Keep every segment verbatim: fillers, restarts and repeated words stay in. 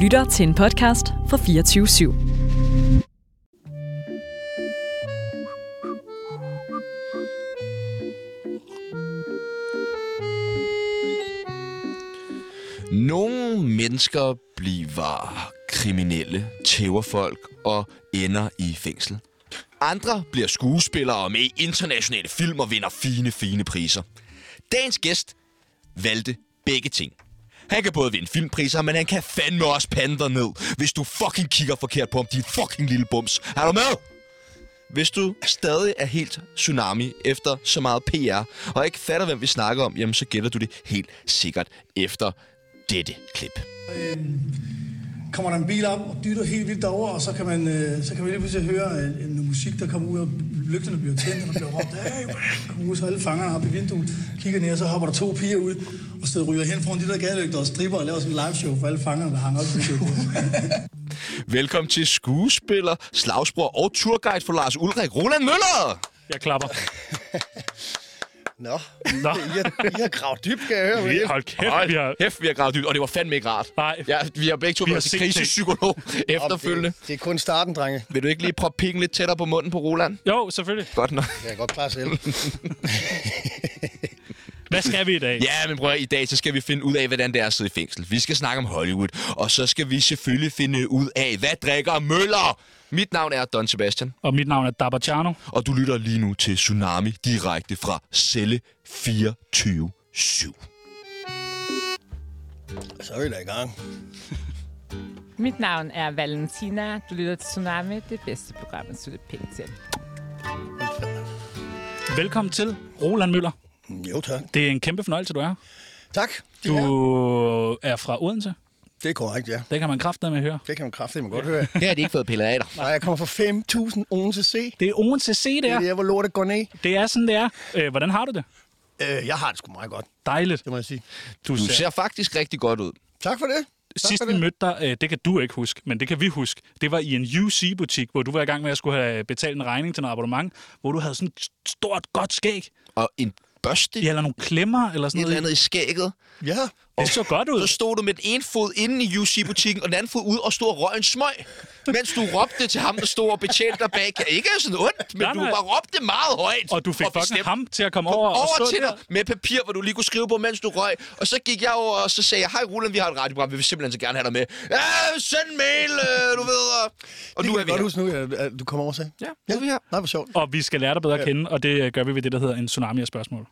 lytter til en podcast fra fireogtyve syv. Nogle mennesker bliver kriminelle, tæver folk og ender i fængsel. Andre bliver skuespillere med i internationale film og vinder fine, fine priser. Dagens gæst valgte begge ting. Han kan både vinde filmpriser, men han kan fandme også pande dig ned, hvis du fucking kigger forkert på ham, din fucking lille bums. Er du med? Hvis du stadig er helt tsunami efter så meget P R, og ikke fatter, hvem vi snakker om, jamen så gætter du det helt sikkert efter dette klip. Øhm, kommer der en bil op og dytter helt vildt derover, og så kan man, øh, så kan man lige pludselig høre en, en musik, der kommer ud, og lygterne bliver tændt, og der bliver råbt, hey, kommer ud, så alle fangerne op i vinduet, kigger ned, og så hopper der to piger ud, og stedet ryger hen foran de der gadelygter og stripper og laver sådan en liveshow for alle fangerne, der hang op i Velkommen til skuespiller, slagsbror og turguide for Lars Ulrik, Roland Møller! Jeg klapper. Nå, Nå. I, har, I har gravet dybt, kan jeg høre. Vi, hold kæft, Hold vi har... kæft, vi har gravet dybt, og det var fandme ikke rart. Nej. Ja, vi har begge to Vi har været til set krisepsykolog efterfølgende. Det, det er kun starten, drenge. Vil du ikke lige proppe pikken lidt tættere på munden på Roland? Jo, selvfølgelig. Godt nok. Jeg kan godt klare selv. Hvad skal vi i dag? Ja, men prøv at, i dag så skal vi finde ud af, hvordan det er at sidde i fængsel. Vi skal snakke om Hollywood, og så skal vi selvfølgelig finde ud af, hvad drikker Møller? Mit navn er Don Sebastian. Og mit navn er Dabachano. Og du lytter lige nu til Tsunami direkte fra Celle fireogtyve syv. Så er vi da i gang. Mit navn er Valentina. Du lytter til Tsunami, det bedste program, at slutte penge til. Velkommen til Roland Møller. Jo, tak. Det er en kæmpe fornøjelse, du er. Tak. Du er fra Odense. Det er korrekt, ja. Det kan man kraftedeme med høre. Det kan man kraftedeme godt høre. Det har de ikke fået pillet af dig. Nej, jeg kommer fra fem tusind Odense C. Det er Odense C, det Det er. er der, hvor lortet går ned. Det er sådan, det er. Øh, hvordan har du det? Øh, jeg har det sgu meget godt, Dejligt. det må jeg sige. Du, Du ser... ser faktisk rigtig godt ud. Tak for det. Tak Sidst for vi det. mødte dig, øh, det kan du ikke huske, men det kan vi huske. Det var i en U C-butik, hvor du var i gang med at skulle have betalt en regning til noget abonnement, hvor du havde sådan et stort, godt skæg. Og en børste, Ja, eller nogle klemmer, eller sådan et noget. eller andet i skægget. Ja. Det så godt ud. Så stod du med den ene fod inde i U C-butikken, og den anden fod ud og stod og røg en smøg, mens du råbte til ham, der stod og betjente dig bag. Ikke sådan ondt, men Nej, du nej. bare råbte meget højt. Og du fik fucking bestemt. ham til at komme over, og over stå til der. dig med papir, hvor du lige kunne skrive på, mens du røg. Og så gik jeg over, og så sagde jeg, hej Roland, vi har et radioprogram, vi vil simpelthen så gerne have dig med. Ja, send en mail, øh, du ved. Og, og Det nu kan er vi jeg godt her. huske nu, at at du kommer over til. Ja, nu er vi her. Nej, hvor sjovt. Og vi skal lære dig bedre at kende, og det gør vi ved det, der hedder en tsunami af spørgsmål.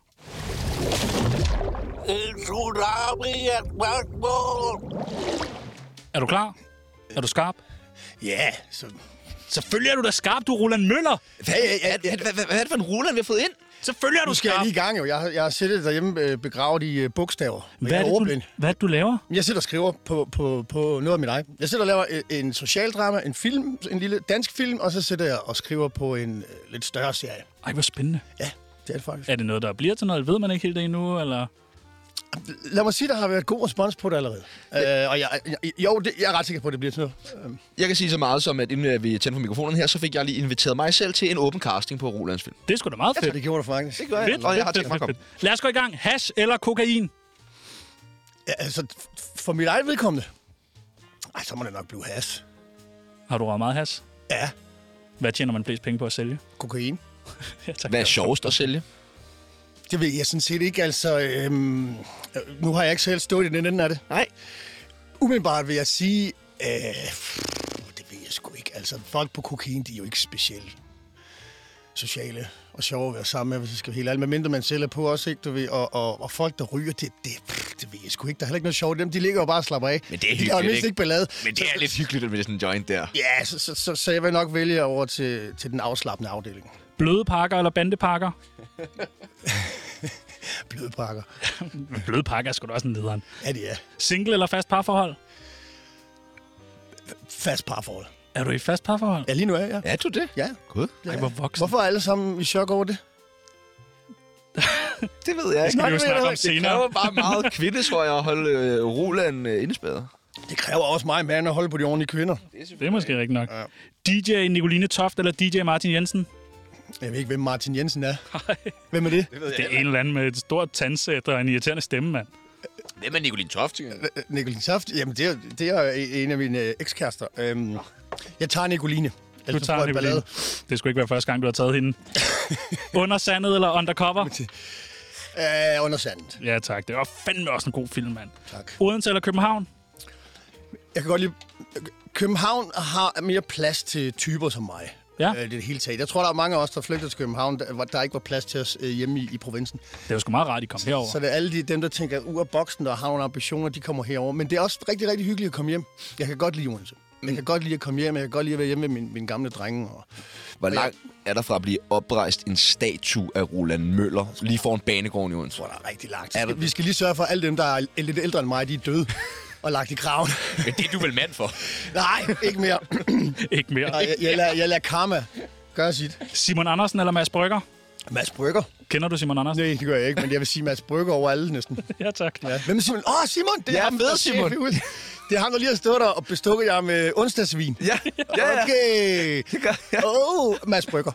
Er du klar? Er du skarp? Ja, så... Selvfølgelig er du da skarp, du Roland Møller. Hvad, hvad, hvad, hvad, hvad er det for en Roland, vi har fået ind? Selvfølgelig er du Nu skal jeg skarp. lige i gang, jo. Jeg har, jeg har siddet derhjemme øh, begravet i øh, bogstaver. Hvad er, det, du, hvad er det, du laver? Jeg sidder og skriver på, på, på noget af mit eget. Jeg sidder og laver en, en socialdrama, en film, en lille dansk film, og så sidder jeg og skriver på en øh, lidt større serie. Ej, hvor spændende. Ja, det er det faktisk. Er det noget, der bliver til noget? Ved man ikke helt det endnu, eller? Lad mig sige, der har været god respons på det allerede. Ja. Øh, og jeg, jeg, jo, det, jeg er ret sikker på, at det bliver til noget. Jeg kan sige så meget som, at inden vi tændte for mikrofonen her, så fik jeg lige inviteret mig selv til en åben casting på Rolands film. Det er sgu da meget fedt. Det gjorde du faktisk. Det gør jeg, Fedt, og jeg har fedt, tænkt mig at fedt, komme. fedt. Lad os gå i gang. Hash eller kokain? Ja, altså, f- for mit eget vedkommende. Ej, så må det nok blive has. Har du røget meget hash? Ja, Hvad tjener man flest penge på at sælge? kokain. Ja, tak. Hvad er sjovest at sælge? Det ved jeg sådan set ikke, altså... Øhm, øh, nu har jeg ikke selv stået i den ende af det. Nej. Umiddelbart vil jeg sige... Øh, det ved jeg sgu ikke. Altså, folk på kokain, de er jo ikke specielt sociale og sjove at være sammen med, hvis jeg skal være helt ærlig. Medmindre man selv er på også, ikke? Du ved, og, og, og folk, der ryger, det, det, det ved jeg sgu ikke. Der er heller ikke noget sjovt. Dem, de ligger jo bare og slapper af. Men det er de har jo hyggeligt, mindst ikke? ikke ballade. Men det er lidt hyggeligt med sådan en joint der. Ja, så, så, så, så jeg vil nok vælge over til, til den afslappende afdeling. Bløde pakker eller bandepakker? Bløde pakker. Bløde pakker er sgu da også en nederen. Ja, det er. Single eller fast parforhold? Fast parforhold. Er du i fast parforhold? Ja, lige nu er jeg. Er du det? Ja. Gud. Ej, hvor voksen. Hvorfor er alle sammen i chok over det? Det ved jeg ikke. skal vi jo snakke om Det senere. kræver bare meget kvindesøjer at holde øh, Roland øh, indespærret. Det kræver også mig mand at holde på de ordentlige kvinder. Det er måske rigtigt nok. Ja. D J Nicoline Toft eller D J Martin Jensen? Jeg ved ikke, hvem Martin Jensen er. Hvem er det? Det er en eller anden med et stort tandsæt og en irriterende stemme, mand. Hvem er Nicoline Toft? Nicoline Toft? Jamen, det er, det er en af mine øh, ekskærester. Øhm, jeg tager Nicoline. Du tager Nicoline. Det skulle ikke være første gang, du har taget hende. Under sandet eller undercover? Øh, under sandet. Ja, tak. Det var fandme også en god film, mand. Tak. Odense eller København? Jeg kan godt lide... København har mere plads til typer som mig. Ja. Øh, det er det hele taget. Jeg tror, der er mange af os, der flygter til København, der, der ikke var plads til os øh, hjemme i, i provinsen. Det er jo sgu meget rart, de kom herover. Så det er alle de, dem, der tænker ud af boksen, der har nogle ambitioner, de kommer herover. Men det er også rigtig, rigtig hyggeligt at komme hjem. Jeg kan godt lide Odense. Jeg kan godt lide at komme hjem. Jeg kan godt lide at være hjemme med mine, mine gamle drenge. Og... Hvor langt er der fra at blive oprejst en statue af Roland Møller lige foran banegården i Odense? Jeg tror, der er rigtig langt. Er vi skal lige sørge for, at alle dem, der er lidt ældre end mig, de er døde og lagt i graven. Men det er du vel mand for? Nej, ikke mere. Ikke mere. Jeg, jeg, lader, jeg lader karma gøre sit. Simon Andersen eller Mads Brygger? Mads Brygger. Kender du Simon Andersen? Nej, det gør jeg ikke, men jeg vil sige Mads Brygger over alle næsten. Ja, tak. Ja. Hvem er Simon? Åh, oh, Simon! Det er Ja, ham, fed der Simon. ser ud. Det er ham, der lige har stået der og bestukket jer med onsdagsvin. Ja, ja, ja. Okay. Det gør jeg. Åh, oh, Mads Brygger.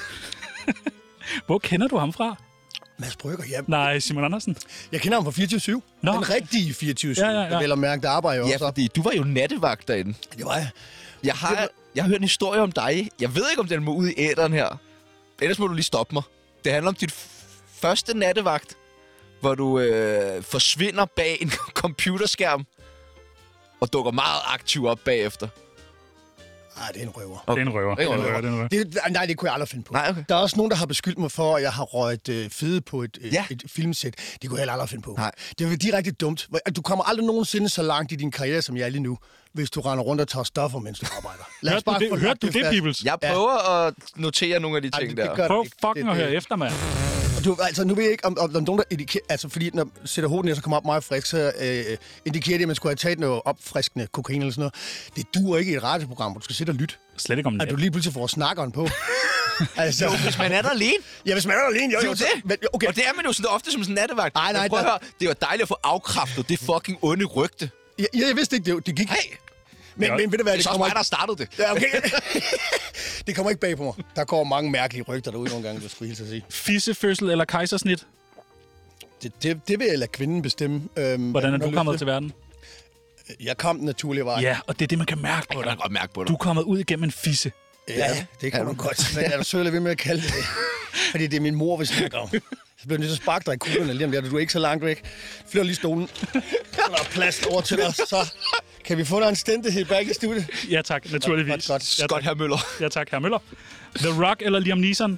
Hvor kender du ham fra? Mads Brygger, ja. Nej, Simon Andersen. Jeg kender ham fra fireogtyve syv. Nå. Den rigtige fireogtyve syv. Ja, ja, ja. Jeg vil mærke, der arbejder jo Ja, også. fordi du var jo nattevagt derinde. Det var jeg. Jeg har, jeg har hørt en historie om dig. Jeg ved ikke, om den må ud i æteren her. Ellers må du lige stoppe mig. Det handler om dit f- første nattevagt, hvor du øh, forsvinder bag en computerskærm og dukker meget aktiv op bagefter. Ah, det er en røver. Det er en røver. Det er en røver. Det er en røver. Det, nej, det kunne jeg aldrig finde på. Nej, okay. Der er også nogen, der har beskyldt mig for, at jeg har røget øh, fede på et, øh, Ja. et filmsæt. Det kunne jeg heller aldrig finde på. Nej. Det er direkte dumt. Du kommer aldrig nogensinde så langt i din karriere, som jeg er lige nu, hvis du render rundt og tager stoffer, mens du arbejder. Lad Hørte du det, få hørte lagt du det, fast. Peoples? Jeg prøver ja. at notere nogle af de Ej, ting det- det der. gør- Prøv ikke. fucking Det- at det- høre efter, mand. Du, altså, nu ved jeg ikke, om, om der er nogen, der indikerer... Altså, fordi når man sætter hovedet ned, så kommer op meget frisk, så øh, indikerer det, at man skulle have taget noget opfriskende kokain eller sådan noget. Det duer ikke i et radioprogram, hvor du skal sidde og lytte. Slet ikke om At du det. lige pludselig får snakkeren på. altså, Jo, hvis man er der alene. ja, hvis man er alene, jo, Det er jo, jo så- det. Men, okay. Og det er man jo sådan ofte som sådan en nattevagt. Nej, nej, Men prøv at der- høre, det var dejligt at få afkræftet det fucking onde rygte. Ja, jeg vidste ikke, det, det gik... Hey, Men, Ja, men ved du hvad, det er det så også kommer mig, ikke... der startede det. Ja, okay. det kommer ikke bag på mig. Der går mange mærkelige rygter derude nogle gange, du skulle hilse at sige. Fissefødsel eller kejsersnit? Det, det, det vil jeg lade kvinden bestemme. Øhm, Hvordan er hvad du hun har kommet lyst til verden? Jeg kom den naturlige vej. Ja, og det er det, man kan mærke på Jeg dig. kan godt mærke på dig. Du er kommet ud igennem en fisse. Ja, det kan du godt. Men er du sød ved med at kalde det? Fordi det er min mor, vi snakker om. Så bliver du nødt til at sparke dig i kuglerne lige om lidt. Du er ikke så langt væk. Flytter lige stolen. Så der er plads over til dig. Så kan vi få dig en stændighed bag i studiet. Ja tak, naturligvis. Godt, godt. Ja, Godt, tak. herr Møller. Ja tak, herr Møller. The Rock eller Liam Neeson?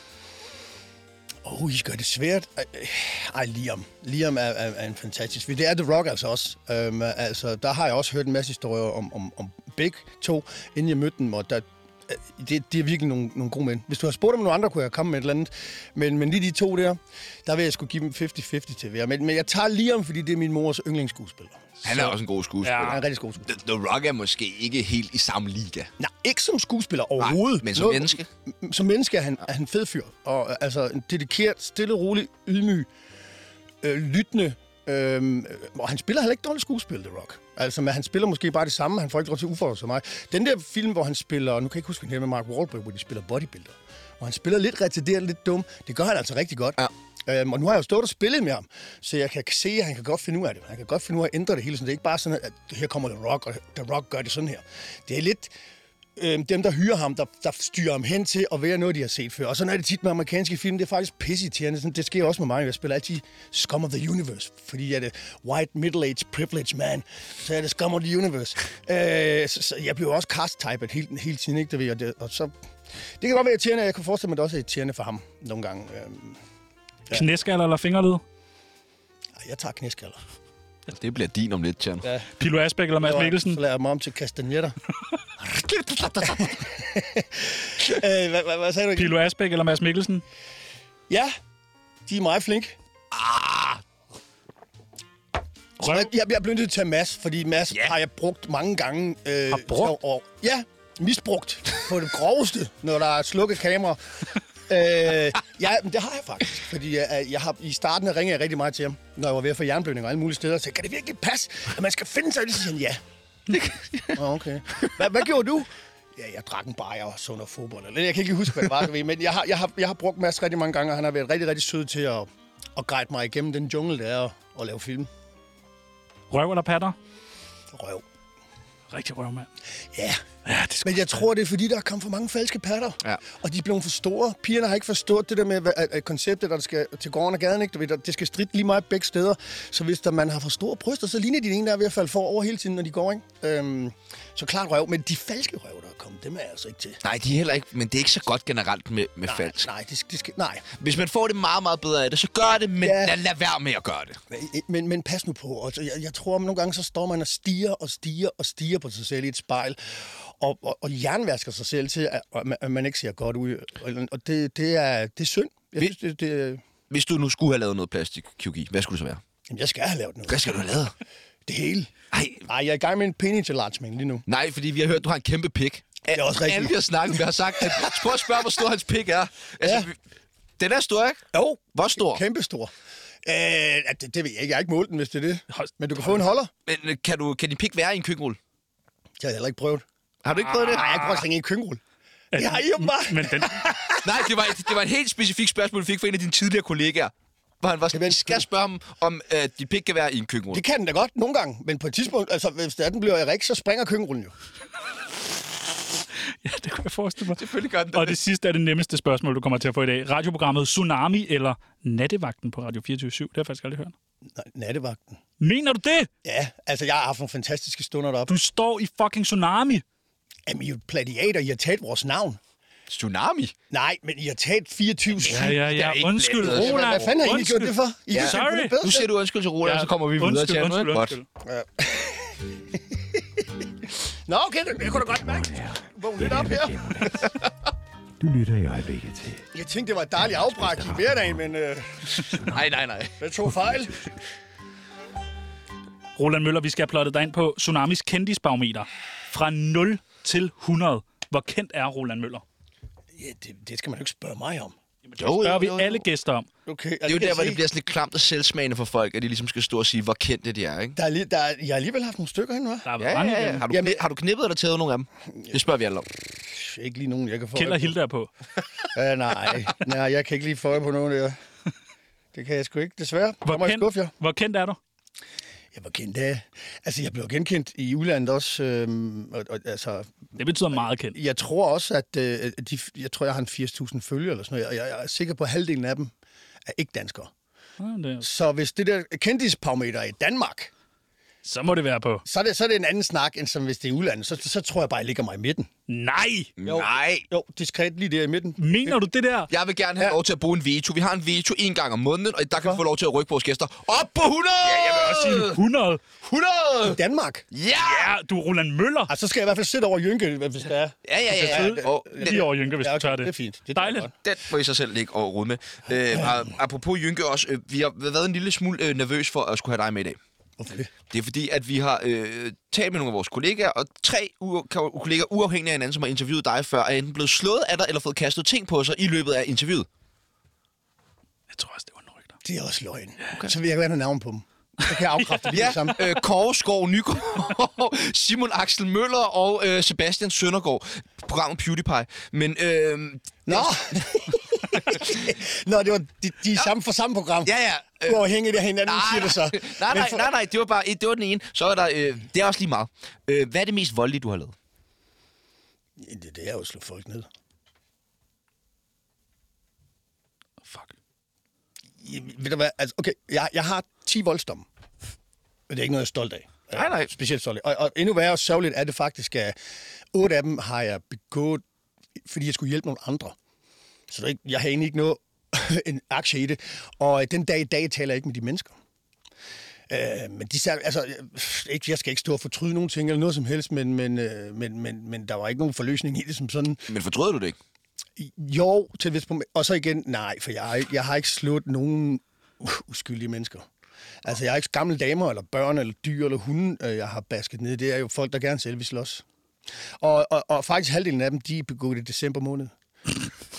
Åh, oh, I gør det svært. Ej, Liam. Liam er, er, er en fantastisk... Det er The Rock altså også. Øhm, altså, der har jeg også hørt en masse historier om, om, om begge to, inden jeg mødte dem, og der, det, det er virkelig nogle, nogle gode mænd. Hvis du har spurgt om nogle andre, kunne jeg komme med et eller andet. Men, men lige de to der, der vil jeg sgu give dem halvtreds halvtreds til hver. Men, men jeg tager Liam, fordi det er min mors yndlingsskuespiller. Han er også en god skuespiller. Ja. Han er en rigtig god skuespiller. The, The Rock er måske ikke helt i samme liga. Nej, ikke som skuespiller overhovedet. men som Noget- menneske. Som menneske er han, er han fed fyr. Og øh, altså en dedikeret, stille, rolig, ydmyg, øh, lyttende. Øh, og han spiller heller ikke dårligt skuespil, The Rock. Altså, men han spiller måske bare det samme. Han får ikke lov til at udfordre sig mig. Den der film, hvor han spiller... Nu kan jeg ikke huske, hvad med Mark Wahlberg, hvor de spiller bodybuilder. Hvor han spiller lidt retarderet, lidt dum. Det gør han altså rigtig godt. Ja. Øhm, og nu har jeg jo stået og spillet med ham, så jeg kan se, at han kan godt finde ud af det. Han kan godt finde ud af at ændre det hele. Sådan. Det er ikke bare sådan, at her kommer The Rock, og The Rock gør det sådan her. Det er lidt øhm, dem, der hyrer ham, der, der styrer ham hen til at være noget, de har set før. Og sådan er det tit med amerikanske film. Det er faktisk pisseirriterende. Sådan, det sker også med mig. Jeg spiller altid Scum of the Universe, fordi jeg er det white, middle-aged, privileged man. Så er det Scum of the Universe. øh, så, så jeg bliver også cast-typet hele, hele tiden, ikke? Det ved jeg, det, og så... Det kan godt være irriterende, jeg kan forestille mig, at det også er irriterende for ham nogle gange. Øhm, Ja. Knæskaller eller fingerled? jeg tager knæskaller. Det bliver din om lidt, Tjern. Ja. Pilo Asbæk eller Mads Mikkelsen? Så lader jeg mig om til kastanjetter. øh, hvad, hvad, hvad sagde du igen? Pilo Asbæk eller Mads Mikkelsen? Ja, de er meget flinke. Ah, Så jeg, jeg, jeg bliver nødt til at tage Mads, fordi Mads Ja. har jeg brugt mange gange. Øh, Har brugt? Og, og, ja, misbrugt på det groveste, når der er slukket kamera. øh, ja, men det har jeg faktisk. Fordi jeg, jeg har, i starten ringede jeg rigtig meget til ham, når jeg var ved at få jernblødning og alle mulige steder. Så sagde, kan det virkelig passe, at man skal finde sig i det? Så siger han, ja. oh, okay. Hvad, hvad gjorde du? Ja, jeg drak en bajer og så noget fodbold. Eller, jeg kan ikke huske, hvad det var, du ved, men jeg har, jeg, har, jeg har brugt Mads rigtig mange gange, og han har været rigtig, rigtig sød til at, at guide mig igennem den jungle, der er at, at lave film. Røv eller patter? Røv. Rigtig røv, mand. Ja. Ja, det Men jeg tror, det er fordi, der er kommet for mange falske patter. Ja. Og de er blevet for store. Pigerne har ikke forstået det der med at, at konceptet, der skal til gården og gaden. Ikke? Du ved, der, det skal stridt lige meget begge steder. Så hvis der, man har for store bryster, så ligner de en, der er ved at falde for over hele tiden, når de går. Ikke? Øhm, så klart røv. Men de falske røv, der er kommet, dem er jeg altså ikke til. Nej, de er heller ikke, men det er ikke så godt generelt med, med Nej, falsk. nej, det, det skal, nej. Hvis man får det meget, meget bedre af det, så gør det, men Ja. lad, lad være med at gøre det. Men, men, men pas nu på. Altså, jeg, jeg tror, at nogle gange så står man og stiger og stiger og stiger på sig selv i et spejl. Og, og, og jernvasker sig selv til, at, at man ikke ser godt ud. Og det, det, er, det er synd. Jeg, synes, det, det, Hvis du nu skulle have lavet noget plastikkirurgi, hvad skulle det så være? jamen, jeg skal have lavet noget. Hvad skal du have lavet? Det hele. Nej, Nej, jeg er i gang med en penis enlargement lige nu. nej, fordi vi har hørt, at du har en kæmpe pik. Det er også rigtigt. Alle vi har snakket med har sagt, at prøv at spørge, hvor stor hans pik er. Altså, Ja. vi- den er stor, ikke? Jo. Hvor stor? Kæmpestor. Øh, det, det ved jeg ikke. Jeg har ikke målt den, hvis det er det. Men du kan få en holder. Men øh, kan, du, kan din pik være i en køkkenrulle? Det har jeg heller ikke prøvet. Har du ikke prøvet det? Nej, jeg kan godt ringe i en køkkenrulle. Det har I jo bare. Men den, Nej, det var, et, det var et helt specifikt spørgsmål, du fik fra en af dine tidligere kollegaer. Hvor han var sådan, Jamen, vi skal spørge ham, om øh, dit pik kan være i en køkkenrulle. Det kan den da godt nogle gange. Men på et tidspunkt, altså hvis den bliver erik, så springer køkkenrullen jo. ja, det kunne jeg forestille mig. Selvfølgelig gør den Og det sidste er det nemmeste spørgsmål, du kommer til at få i dag. Radioprogrammet Tsunami eller Nattevagten på Radio fireogtyve syv? Det har jeg faktisk aldrig hørt. Nej, nattevagten. Mener du det? Ja, altså jeg har haft nogle fantastiske stunder deroppe. Du står i fucking Tsunami. Jamen, I er jo plagiater. I har taget vores navn. Tsunami? Nej, men I har taget fireogtyve syv. Ja, ja, ja. ikke Undskyld, blandet. Roland. Hvad fanden har I lige Undskyld. gjort det for? I Ja. kan Sorry. det bedre Nu siger selv. du undskyld til Roland, Ja, så kommer vi videre undskyld, til ham. undskyld, Godt. undskyld. Nå, okay, det, det kunne da godt mærke. Vågn lidt op her. Du lytter i øjeblikket til. Jeg tænkte, det var et dejligt afbræk i hverdagen, men øh, Nej, nej, nej. det tog fejl. Roland Møller, vi skal have plottet dig ind på Tsunamis kendisbarometer. Fra nul til hundrede. Hvor kendt er Roland Møller? Ja, det, det skal man jo ikke spørge mig om. Det spørger vi alle gæster om. Okay, Det er jo der, hvor det bliver sådan lidt klamt og selvsmagende for folk, at de ligesom skal stå og sige, hvor kendte de er, ikke? Der er, lige, der er, jeg har alligevel haft nogle stykker hen, hva'? Der er Ja, mange ja, ja. igennem. Har du, Jamen- Jamen, har du knippet eller taget nogle af dem? Det spørger vi alle om. Ikke lige nogen, jeg kan få Kjeld og øje på. Hilde er på. Ja, nej, nej, jeg kan ikke lige få øje på nogen der. Det kan jeg sgu ikke, desværre. Hvor Hvor må jeg skuffe jer? kendt, hvor kendt er du? Jeg var kendt af... Altså, jeg blev genkendt i udlandet også. Øhm, og, og, altså, Det betyder meget kendt. jeg tror også, at øh, de, jeg tror, jeg har en firs tusind følgere eller sådan noget, og jeg, jeg er sikker på, at halvdelen af dem er ikke danskere. Ja, det er- Så hvis det der kendisparameter er i Danmark, Så må det være på. så er det, så er det en anden snak, end som hvis det er i udlandet. Så, så tror jeg bare, jeg ligger mig i midten. Nej! Jo. Nej. Jo, diskret lige der i midten. Mener du det der? Jeg vil gerne have Ja. lov til at bruge en veto. Vi har en veto en gang om måneden, og der kan vi få lov til at rykke vores gæster op på hundrede! Ja, jeg vil også Sige hundrede. hundrede! I Danmark? Ja! Ja, du er Roland Møller. Altså, så skal jeg i hvert fald sidde over Jynke, hvis det er. Ja, ja, ja. ja. Og Lige over Jynke, hvis Ja, du okay, tør det. det er fint. Det er Dejligt. godt. den må I sig selv ligge og rode med. Øh, og apropos Jynke også, øh, vi har været en lille smule øh, nervøs for at skulle have dig med i dag. Hvorfor det? Det er fordi, at vi har øh, talt med nogle af vores kollegaer, og tre u- kollegaer uafhængige af hinanden, som har interviewet dig før, er enten blevet slået af dig, eller fået kastet ting på sig i løbet af interviewet. Jeg tror også, det var en rygter. Det er også løgn. Okay. Så vil jeg gerne have navn på dem. Så kan jeg afkræfte det Ja, samme. øh, Kåre Skov Nygaard, Simon Axel Møller og øh, Sebastian Søndergaard. Programmet PewDiePie. Men øh, Nå! Nå, det var de, de er samme for samme program. ja, ja. Øh, Uafhængigt af hinanden, siger det så. Nej, Men nej, for- nej, nej, det var bare det var den ene. Så er der, øh, det er også lige meget. Øh, hvad er det mest voldelige, du har lavet? Ja, det, det er jo at slå folk ned. Fuck. Ja, ved du hvad? Altså, okay, jeg, jeg har ti voldsdomme. Men det er ikke noget, jeg er stolt af. Nej, nej. Specielt stolt af. Og, og endnu værre og sørgeligt er det faktisk, at otte af dem har jeg begået, fordi jeg skulle hjælpe nogle andre. Så det er ikke, jeg har egentlig ikke noget en aktie i det. Og den dag i dag taler jeg ikke med de mennesker. Øh, men de sagde, altså, ikke, jeg skal ikke stå og fortryde nogen ting eller noget som helst, men, men, øh, men, men, men der var ikke nogen forløsning i det som sådan. Men fortrød du det ikke? Jo, til et vist punkt. Og så igen, nej, for jeg har, ikke, jeg har ikke slået nogen uskyldige mennesker. Altså, jeg har ikke gamle damer, eller børn, eller dyr, eller hunde, øh, jeg har basket ned. Det er jo folk, der gerne selv vil slås. Og, og, og faktisk halvdelen af dem, de er begået i december måned.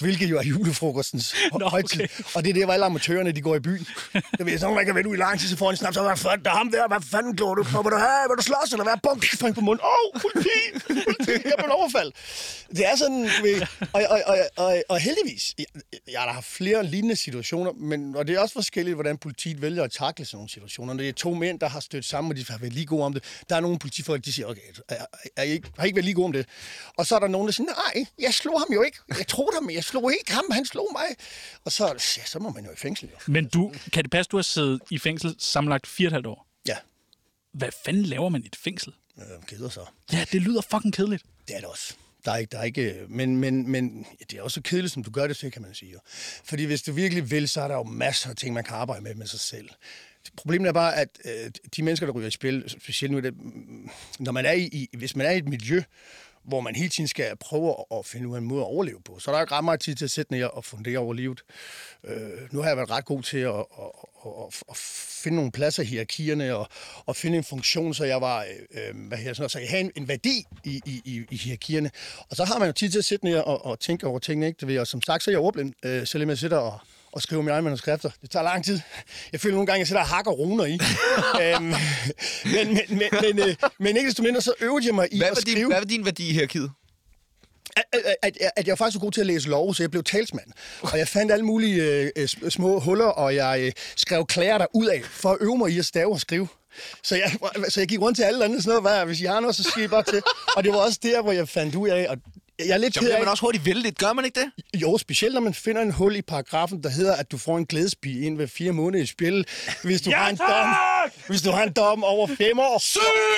hvilket jo er julefrokostens Nå, højtid. okay. Og det er der, hvor alle amatørerne, de går i byen. Det ved, så man kan vente ud i lang tid, så får en snap, så hvad fanden, der er ham der, hvad fanden glor du på, vil du have, vil du slås, eller hvad, bum, fang på munden, åh, oh, politi, politi, jeg er på en overfald. Det er sådan, ved, og, og, og, og, og heldigvis, jeg, jeg har haft flere lignende situationer, men, og det er også forskelligt, hvordan politiet vælger at takle sådan nogle situationer. Det er to mænd, der har stødt sammen, og de har været lige gode om det. Der er nogle politifolk, de siger, okay, jeg, jeg, jeg har ikke været lige gode om det. Og så er der nogen, der siger, nej, jeg slog ham jo ikke. Jeg troede ham, jeg slog ikke ham, han slog mig. Og så, ja, så må man jo i fængsel, jo. Men du, kan det passe, du har siddet i fængsel sammenlagt fire og et halvt år? Ja. Hvad fanden laver man i et fængsel? Øh, keder så. Ja, det lyder fucking kedeligt. Det er det også. Der er ikke, der er ikke, men, men, men ja, det er også så kedeligt, som du gør det til, kan man sige. Fordi hvis du virkelig vil, så er der jo masser af ting, man kan arbejde med med sig selv. Problemet er bare, at øh, de mennesker, der ryger i spil, specielt nu, det, når man er i, hvis man er i et miljø, hvor man hele tiden skal prøve at finde ud af en måde at overleve på, så er der ikke ret meget tid til at sætte ned og fundere over livet. Øh, nu har jeg været ret god til at, at, at, at, at finde nogle pladser i hierarkierne og, og finde en funktion, så jeg var, øh, hvad her, sådan, så jeg havde en, en værdi i, i, i, i hierarkierne. Og så har man jo tid til at sætte ned og, og tænke over tingene, ikke? Det ved jeg. Og som sagt, så er jeg ordblind, øh, selvom jeg sidder og og skrive mine egne manuskripter. Det tager lang tid. Jeg føler nogle gange, at jeg sidder og hakker runer i. øhm, men, men, men, men, øh, men ikke desto mindre, så øvede jeg mig i hvad at din, skrive. Hvad var din værdi i hierarkiet? At, at, at, at jeg var faktisk så god til at læse lov, så jeg blev talsmand. Og jeg fandt alle mulige øh, små huller, og jeg øh, skrev klæder der ud af, for at øve mig i at stave og skrive. Så jeg, så jeg gik rundt til alle andre sådan noget, hvad, hvis I har noget, så siger I bare til. Og det var også der, hvor jeg fandt ud af, og jeg er lidt Så bliver man også hurtigt vældigt. Gør man ikke det? Jo, specielt når man finder en hul i paragrafen, der hedder, at du får en glædespige ind ved fire måneder i spil, hvis du, ja, har, en dom, hvis du har en dom over fem år, Syg!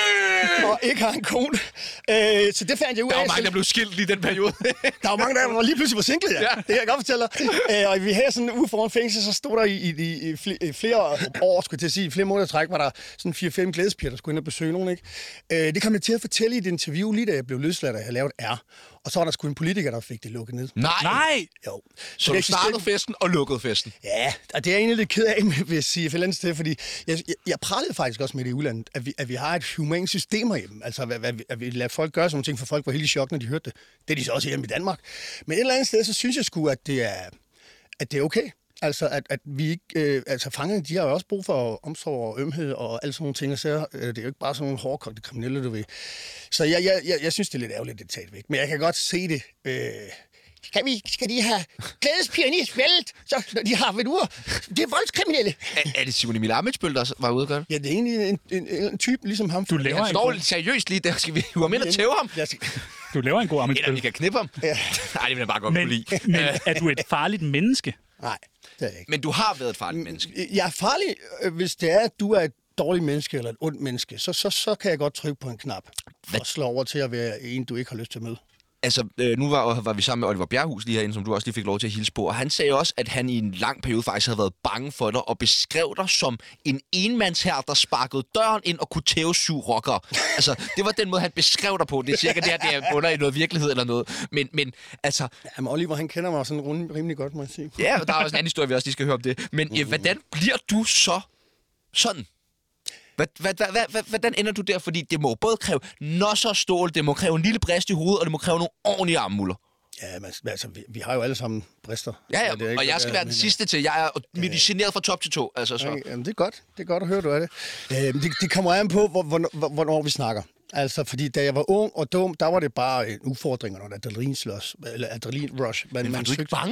og ikke har en kone. Øh, så det fandt jeg ud af. Der var mange, der blev skilt i den periode. Der var mange, der var lige pludselig var single, ja. ja. Det kan jeg godt fortælle dig. Øh, og vi havde sådan en uge foran fængsel, så stod der i, i, i, i flere år, skulle jeg til at sige, flere måneder træk, var der sådan fire-fem glædespiger, der skulle ind og besøge nogen, ikke? Øh, det kom jeg til at fortælle i et interview, lige da jeg blev løsladt, at jeg lavede R. Og så var der sgu en politiker, der fik det lukket ned. Nej! Nej! Jo. Så du startede festen og lukkede festen? Ja, og det er jeg egentlig lidt ked af, vil jeg sige, for et andet sted, fordi jeg, jeg, jeg pralede faktisk også med det i udlandet, at vi, at vi har et humant system herhjemme. Altså, at, at, at vi lader folk gøre sådan nogle ting, for folk var helt i chok, når de hørte det. Det er de så også hjemme i Danmark. Men et eller andet sted, så synes jeg sgu, at det er, at det er okay. Altså, at, at vi ikke... Øh, altså, fangerne, de har jo også brug for omsorg og ømhed og alle sådan nogle ting. Så øh, det er jo ikke bare sådan nogle hårdkogte kriminelle, du ved. Så jeg, jeg, jeg, jeg synes, det er lidt ærgerligt, det taget væk. Men jeg kan godt se det. Øh, skal, vi, skal de have glædespigerne i spillet? Så de har ved uger. Det er voldskriminelle. Er, er det Simon Emil Amitsbøl, der var ude at gøre det? Ja, det er egentlig en, en, en, en type ligesom ham. Du laver Han en står god, seriøst lige der. Skal vi jo med at tæve ham? Jeg skal, du laver en god Eller vi Amitsbøl. kan knippe ham? ja. Nej, det vil jeg bare godt Men, kunne lide. men er du et farligt menneske? Nej, det er jeg ikke. Men du har været et farligt menneske. Jeg er farlig, øh, hvis det er, at du er et dårligt menneske eller et ondt menneske. Så, så, så kan jeg godt trykke på en knap og slå over til at være en, du ikke har lyst til at møde. Altså, øh, nu var, var vi sammen med Oliver Bjerghus lige herinde, som du også lige fik lov til at hilse på, og han sagde også, at han i en lang periode faktisk havde været bange for dig og beskrev dig som en enmandshær, der sparkede døren ind og kunne tæve syv rockere. Altså, det var den måde, han beskrev dig på. Det er cirka det her, det er under i noget virkelighed eller noget. Men, men altså... Jamen, Oliver, han kender mig sådan rimelig godt, må jeg sige. Ja, der er også en anden historie, vi også lige skal høre om det. Men øh, hvordan bliver du så sådan? Hvad, hvad, hvad, hvad, hvordan ender du der? Fordi det må både kræve nosser og stål, det må kræve en lille brist i hovedet, og det må kræve nogle ordentlige armmuller. Ja, men altså, vi, vi har jo alle sammen brister. Ja, ja, det er ikke, og jeg skal være den sidste til. Jeg er medicineret fra top til to. Altså, så. Ja, jamen, det er godt. Det er godt at høre, du er det. Øh, det, det kommer an på, hvor, hvornår, hvornår vi snakker. Altså, fordi da jeg var ung og dum, der var det bare en udfordring, når der adrenalinslås, eller adrenalinrush. Men var du ikke bange?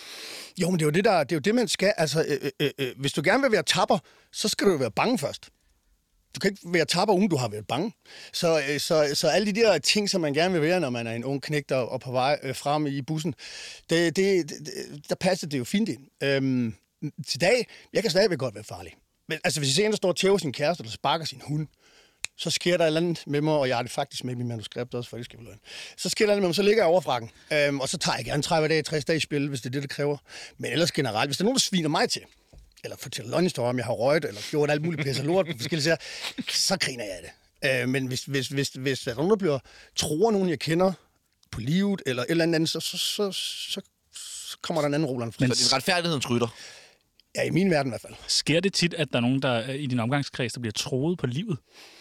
Jo, men det er jo det, der, det er jo det, man skal. Altså, øh, øh, øh, hvis du gerne vil være tapper, så skal du være bange først. Du kan ikke være tapper, uden du har været bange. Så, øh, så, så alle de der ting, som man gerne vil være, når man er en ung knægt og, og på vej øh, frem i bussen, det, det, det, der passer det jo fint ind. Øhm, til dag, jeg kan stadigvæk godt være farlig. Men altså, hvis jeg ser en, der står og tæver sin kæreste, eller sparker sin hund, så sker der et eller andet med mig, og jeg har det faktisk med i min manuskript også, for det skal vi løn. Så sker der et eller andet med mig, så ligger jeg over frakken. Øhm, og så tager jeg gerne tredive dage, tres dage i spil, hvis det er det, det kræver. Men ellers generelt, hvis der er nogen, der sviner mig til, eller fortæller løgnhistorier, om jeg har røget, eller gjort alt muligt pisse og lort på forskellige sager, så griner jeg af det. Øh, men hvis, hvis, hvis, hvis der er nogen, der bliver tror nogen, jeg kender på livet, eller et eller andet, så, så, så, så, så kommer der en anden Roland fra. Så det er retfærdighedens rytter? Ja, i min verden i hvert fald. Sker det tit, at der er nogen, der i din omgangskreds, der bliver troet på livet?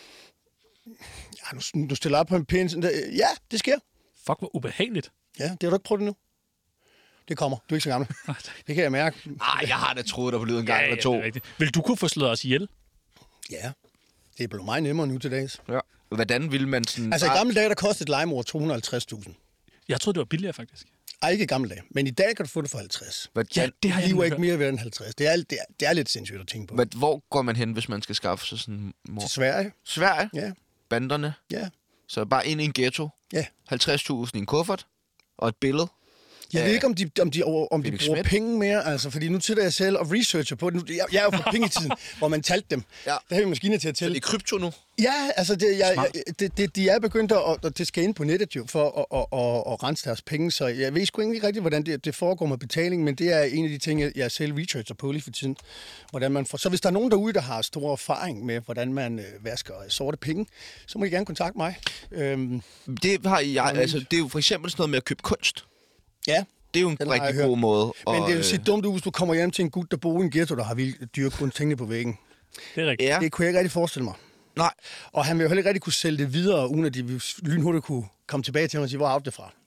Ja, du, du stiller op på en pæn... Ja, det sker. Fuck, hvor ubehageligt. Ja, det har du ikke prøvet endnu. det kommer. Du er ikke så gammel. Det kan jeg mærke. Nej, jeg har da troet, der på lyden en gang Ja, eller ja, to. det er rigtigt. Vil du kunne få slået os ihjel? Ja, det er blevet meget nemmere nu til dags. Ja. Hvordan vil man sådan... Altså i gamle dage, der kostede et legemord to hundrede og halvtreds tusind. Jeg troede, det var billigere, faktisk. Ej, ikke i gamle dage. Men i dag kan du få det for halvtreds. Hvordan, det har jeg Liv er hørt. ikke mere værd end halvtreds. Det er, det, er, det er lidt sindssygt at tænke på. Hvad, hvor går man hen, hvis man skal skaffe sig sådan en mor? Til Sverige? Sverige? Ja. Banderne? Ja. Så bare ind i en ghetto? Ja. halvtreds tusind i en kuffert? Og et billede? Jeg ved ikke, om de, om de, om de Felix bruger Schmidt. penge mere, altså, fordi nu sidder jeg selv og researcher på det. Nu, jeg, jeg er jo fra pengetiden, hvor man talte dem. Ja. Der har vi maskiner til at Så det tælle. er krypto nu? Ja, altså, det, jeg, Smart. jeg, det, det, de er begyndt at, og det skal ind på nettet jo, for at, at, at, at rense deres penge, så jeg ved sgu ikke rigtig, hvordan det, det foregår med betaling, men det er en af de ting, jeg, jeg selv researcher på lige for tiden. Hvordan man får. Så hvis der er nogen derude, der har stor erfaring med, hvordan man øh, vasker sorte penge, så må I gerne kontakte mig. Øhm, Det har jeg, altså, det er jo for eksempel sådan noget med at købe kunst. ja. Det er jo en Den har jeg rigtig hørt. god måde. Men og, det vil sige øh, dumt ud, hvis du kommer hjem til en gut, der bor i en ghetto, der har vildt dyre kun tingene på væggen. Det er rigtigt. Ja, Det kunne jeg ikke rigtig forestille mig. nej. Og han vil jo heller ikke rigtig kunne sælge det videre, uden at de lynhurtigt kunne komme tilbage til ham og sige, hvor har du det fra?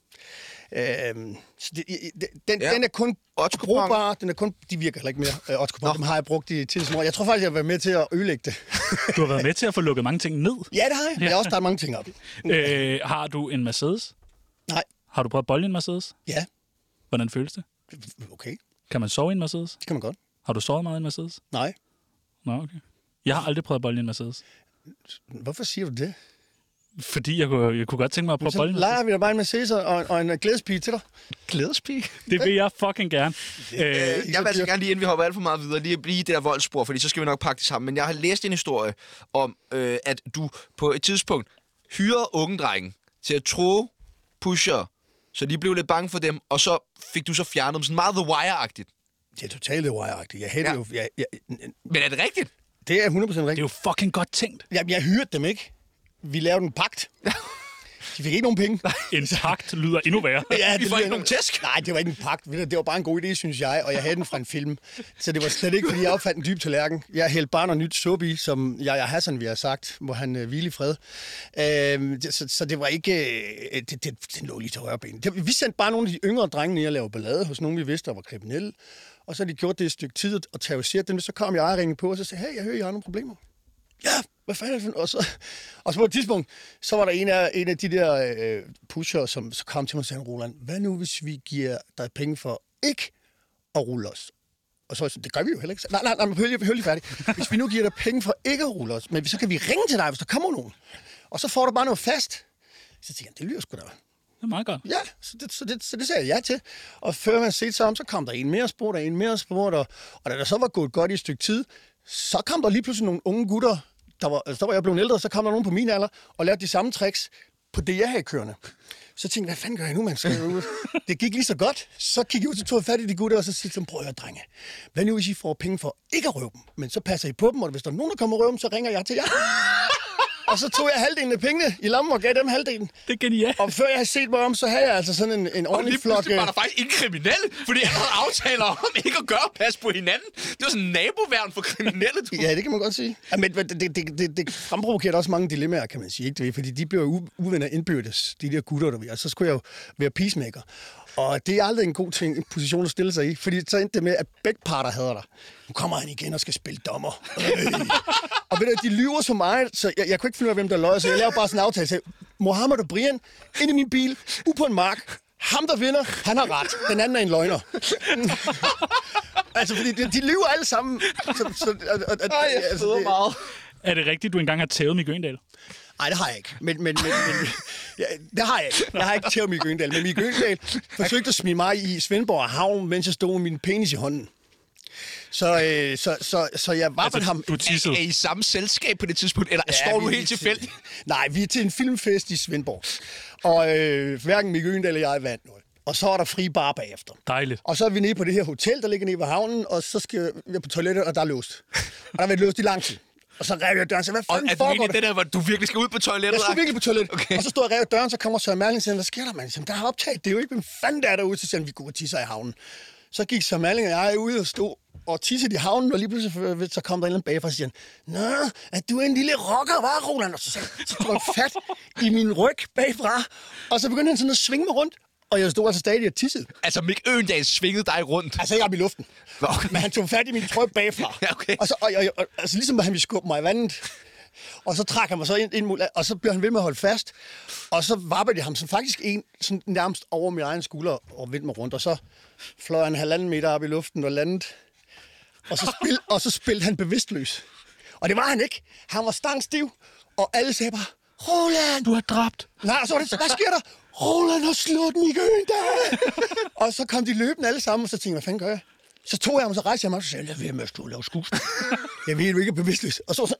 Øhm, så det, det, den, Ja. ja. den er kun Otto-kupon. brugbar, den er kun, de virker heller ikke mere. Øh, Otto-kupon, dem har jeg brugt i tid som år. Jeg tror faktisk, jeg har været med til at ødelægge det. Du har været med til at få lukket mange ting ned. Ja, det har jeg. Jeg har også startet mange ting op. Øh, har du en Mercedes? Nej. Har du prøvet at bolle i en Mercedes? Ja, Hvordan føles det? okay. Kan man sove i en Mercedes? Det kan man godt. Har du sovet meget i en Mercedes? Nej. Nå, okay. Jeg har aldrig prøvet at bolle i en Mercedes. Hvorfor siger du det? Fordi jeg kunne, jeg kunne godt tænke mig at prøve at Så bolle i en leger Mercedes. vi da bare en Mercedes og, og en glædespige til dig. Glædespige. Det vil jeg fucking gerne. Øh, Jeg vil altså gerne lige, inden vi hopper alt for meget videre, lige blive i det der voldsspor, fordi så skal vi nok pakke det sammen. Men jeg har læst en historie om, øh, at du på et tidspunkt hyrede unge drengen til at tro pusher, så de blev lidt bange for dem, og så fik du så fjernet dem sådan meget The Wire-agtigt. Det er totalt wire-agtigt. Jeg hætter Ja. jo... Jeg, jeg, Men er det rigtigt? det er hundrede procent det er rigtigt. jo fucking godt tænkt. Jamen, jeg hyrede dem ikke. Vi lavede en pagt. De fik ikke nogen penge. En pagt lyder endnu værre. Ja, Vi får lyder- ikke nogen tæsk. Nej, det var ikke en pagt. Ved du, det var bare en god idé, synes jeg. Og jeg havde den fra en film. Så det var slet ikke, fordi jeg opfandt en dyb tallerken. Jeg hældte bare noget nyt suppe i, som Yahya Hassan vi har sagt, hvor han øh, hvile i fred. Øh, det, så, så det var ikke... Øh, det, det, det lå lige til rørbenet. Det, vi sendte bare nogle af de yngre drenge ned og lave ballade hos nogen, vi vidste, der var kriminelle. Og så har de gjort det et stykke tid og terroriseret dem. Så kom jeg og ringede på, og så sagde hey, jeg hører, I har nogle problemer. Ja, hvad fanden er det for? Og så, og så på et tidspunkt, så var der en af, en af de der øh, pusher, som så kom til mig og sagde, Roland, hvad nu, hvis vi giver dig penge for ikke at rulle os? Og så var jeg sådan, det gør vi jo heller ikke. Nej, nej, nej, hør lige, hør lige færdig. Hvis vi nu giver dig penge for ikke at rulle os, men så kan vi ringe til dig, hvis der kommer nogen. Og så får du bare noget fast. Så tænkte jeg, det lyder sgu da. Det er meget godt. Ja, så det, så, det, så det sagde jeg ja til. Og før man set sig om, så kom der en mere spurgt, og en mere spurgt. Og, og da der så var gået godt i et stykke tid, så kom der lige pludselig nogle unge gutter, der var, altså, der var jeg blevet ældre, så kom der nogen på min alder, og lavede de samme tricks på det, jeg havde kørende. Så tænkte jeg, hvad fanden gør jeg nu, man skal ud? Det gik lige så godt. Så kiggede jeg ud, så tog jeg fat i de gutter, og så siger jeg, prøv at høre, drenge. Hvad nu, hvis I får penge for ikke at røve dem? Men så passer I på dem, og hvis der er nogen, der kommer og røve dem, så ringer jeg til jer. Og så tog jeg halvdelen af pengene i lommen og gav dem halvdelen. Det er genialt. Og før jeg havde set mig om, så havde jeg altså sådan en, en Og ordentlig lige flok... pludselig var øh, der faktisk en kriminel, fordi jeg havde aftaler om ikke at gøre pas på hinanden. Det var sådan en naboværn for kriminelle, du. Ja, det kan man godt sige. Ja, men det, det, det, det, det fremprovokerede også mange dilemmaer, kan man sige. Ikke? Fordi de blev jo u- uvenner indbyrdes, de der gutter, der var. Og så skulle jeg jo være peacemaker. Og det er aldrig en god ting, en position at stille sig i. Fordi så endte det med, at begge parter hader dig. Nu kommer han igen og skal spille dommer. Øh. Og ved du, de lyver så meget, så jeg, jeg kunne ikke finde ud af, hvem der løg. Så jeg lavede bare sådan en aftale. Så Mohammed og Brian, ind i min bil, ude på en mark. Ham, der vinder, han har ret. Den anden er en løgner. Altså, fordi de, de lyver alle sammen. Så, så, og, og, og, Ej, jeg altså, føder det- meget. Er det rigtigt, du engang har tævet Mikke Øgendal? Nej, det har jeg ikke. Men, men, men, men ja, det har jeg ikke. Jeg har ikke tævet Mikke Øgendal. Men Mikke Øgendal forsøgte at smide mig i Svendborg Havn, mens jeg stod med min penis i hånden. Så, øh, så, så, så jeg var altså, med ham... Du tissede. Er, er I samme selskab på det tidspunkt, eller ja, står du vi er helt til- tilfældigt? Nej, vi er til en filmfest i Svendborg. Og øh, hverken Mikke Øgendal eller jeg vandt noget. Og så er der fri bar bagefter. Dejligt. Og så er vi nede på det her hotel, der ligger nede ved havnen, og så skal jeg på toilettet, og der er låst. Og der har været låst i lang tid. Og så rev jeg døren, så hvad Og fanden er du foregår egentlig der? det der, hvor du virkelig skal ud på toilettet? Jeg skulle virkelig på toilettet. Okay. Og så stod jeg og rev døren, så kommer Søren Merling og siger, hvad sker der, mand? Jamen, der har optaget, det er jo ikke, hvem fanden der er derude, så siger han, vi går og tisser i havnen. Så gik Søren Merling og jeg ud og stod og tissede i havnen, og lige pludselig så kom der en eller anden bagfra og siger, nå, er du en lille rocker, var Roland? Og så, så tog han fat i min ryg bagfra, og så begyndte han sådan at svinge mig rundt. Og jeg stod altså stadig og tissede. Altså, Mick Øgendahl svingede dig rundt. Altså ikke op i luften. Okay. Men han tog fat i min trøje bagfra. Ja, okay. Og så, og, og, og, altså ligesom han ville skubbe mig i vandet. Og så trak han mig så ind, ind og så blev han ved med at holde fast. Og så vappede jeg ham sådan faktisk en, sådan nærmest over min egen skulder og vendte mig rundt. Og så fløj han halvanden meter op i luften og landede. Og så, spil, og så spillede han bevidstløs. Og det var han ikke. Han var stangstiv, og alle sagde bare, Roland! Du har dræbt. Nej, og så var det, hvad sker der? Roland har slået Mick Øgendahl! Og så kom de løbende alle sammen, og så tænkte jeg, hvad fanden gør jeg? Så tog jeg ham, så rejste jeg mig, og så sagde jeg, lad være med at stå og lave skuespil. Jeg ved, du ikke er bevidstløs. Og så så,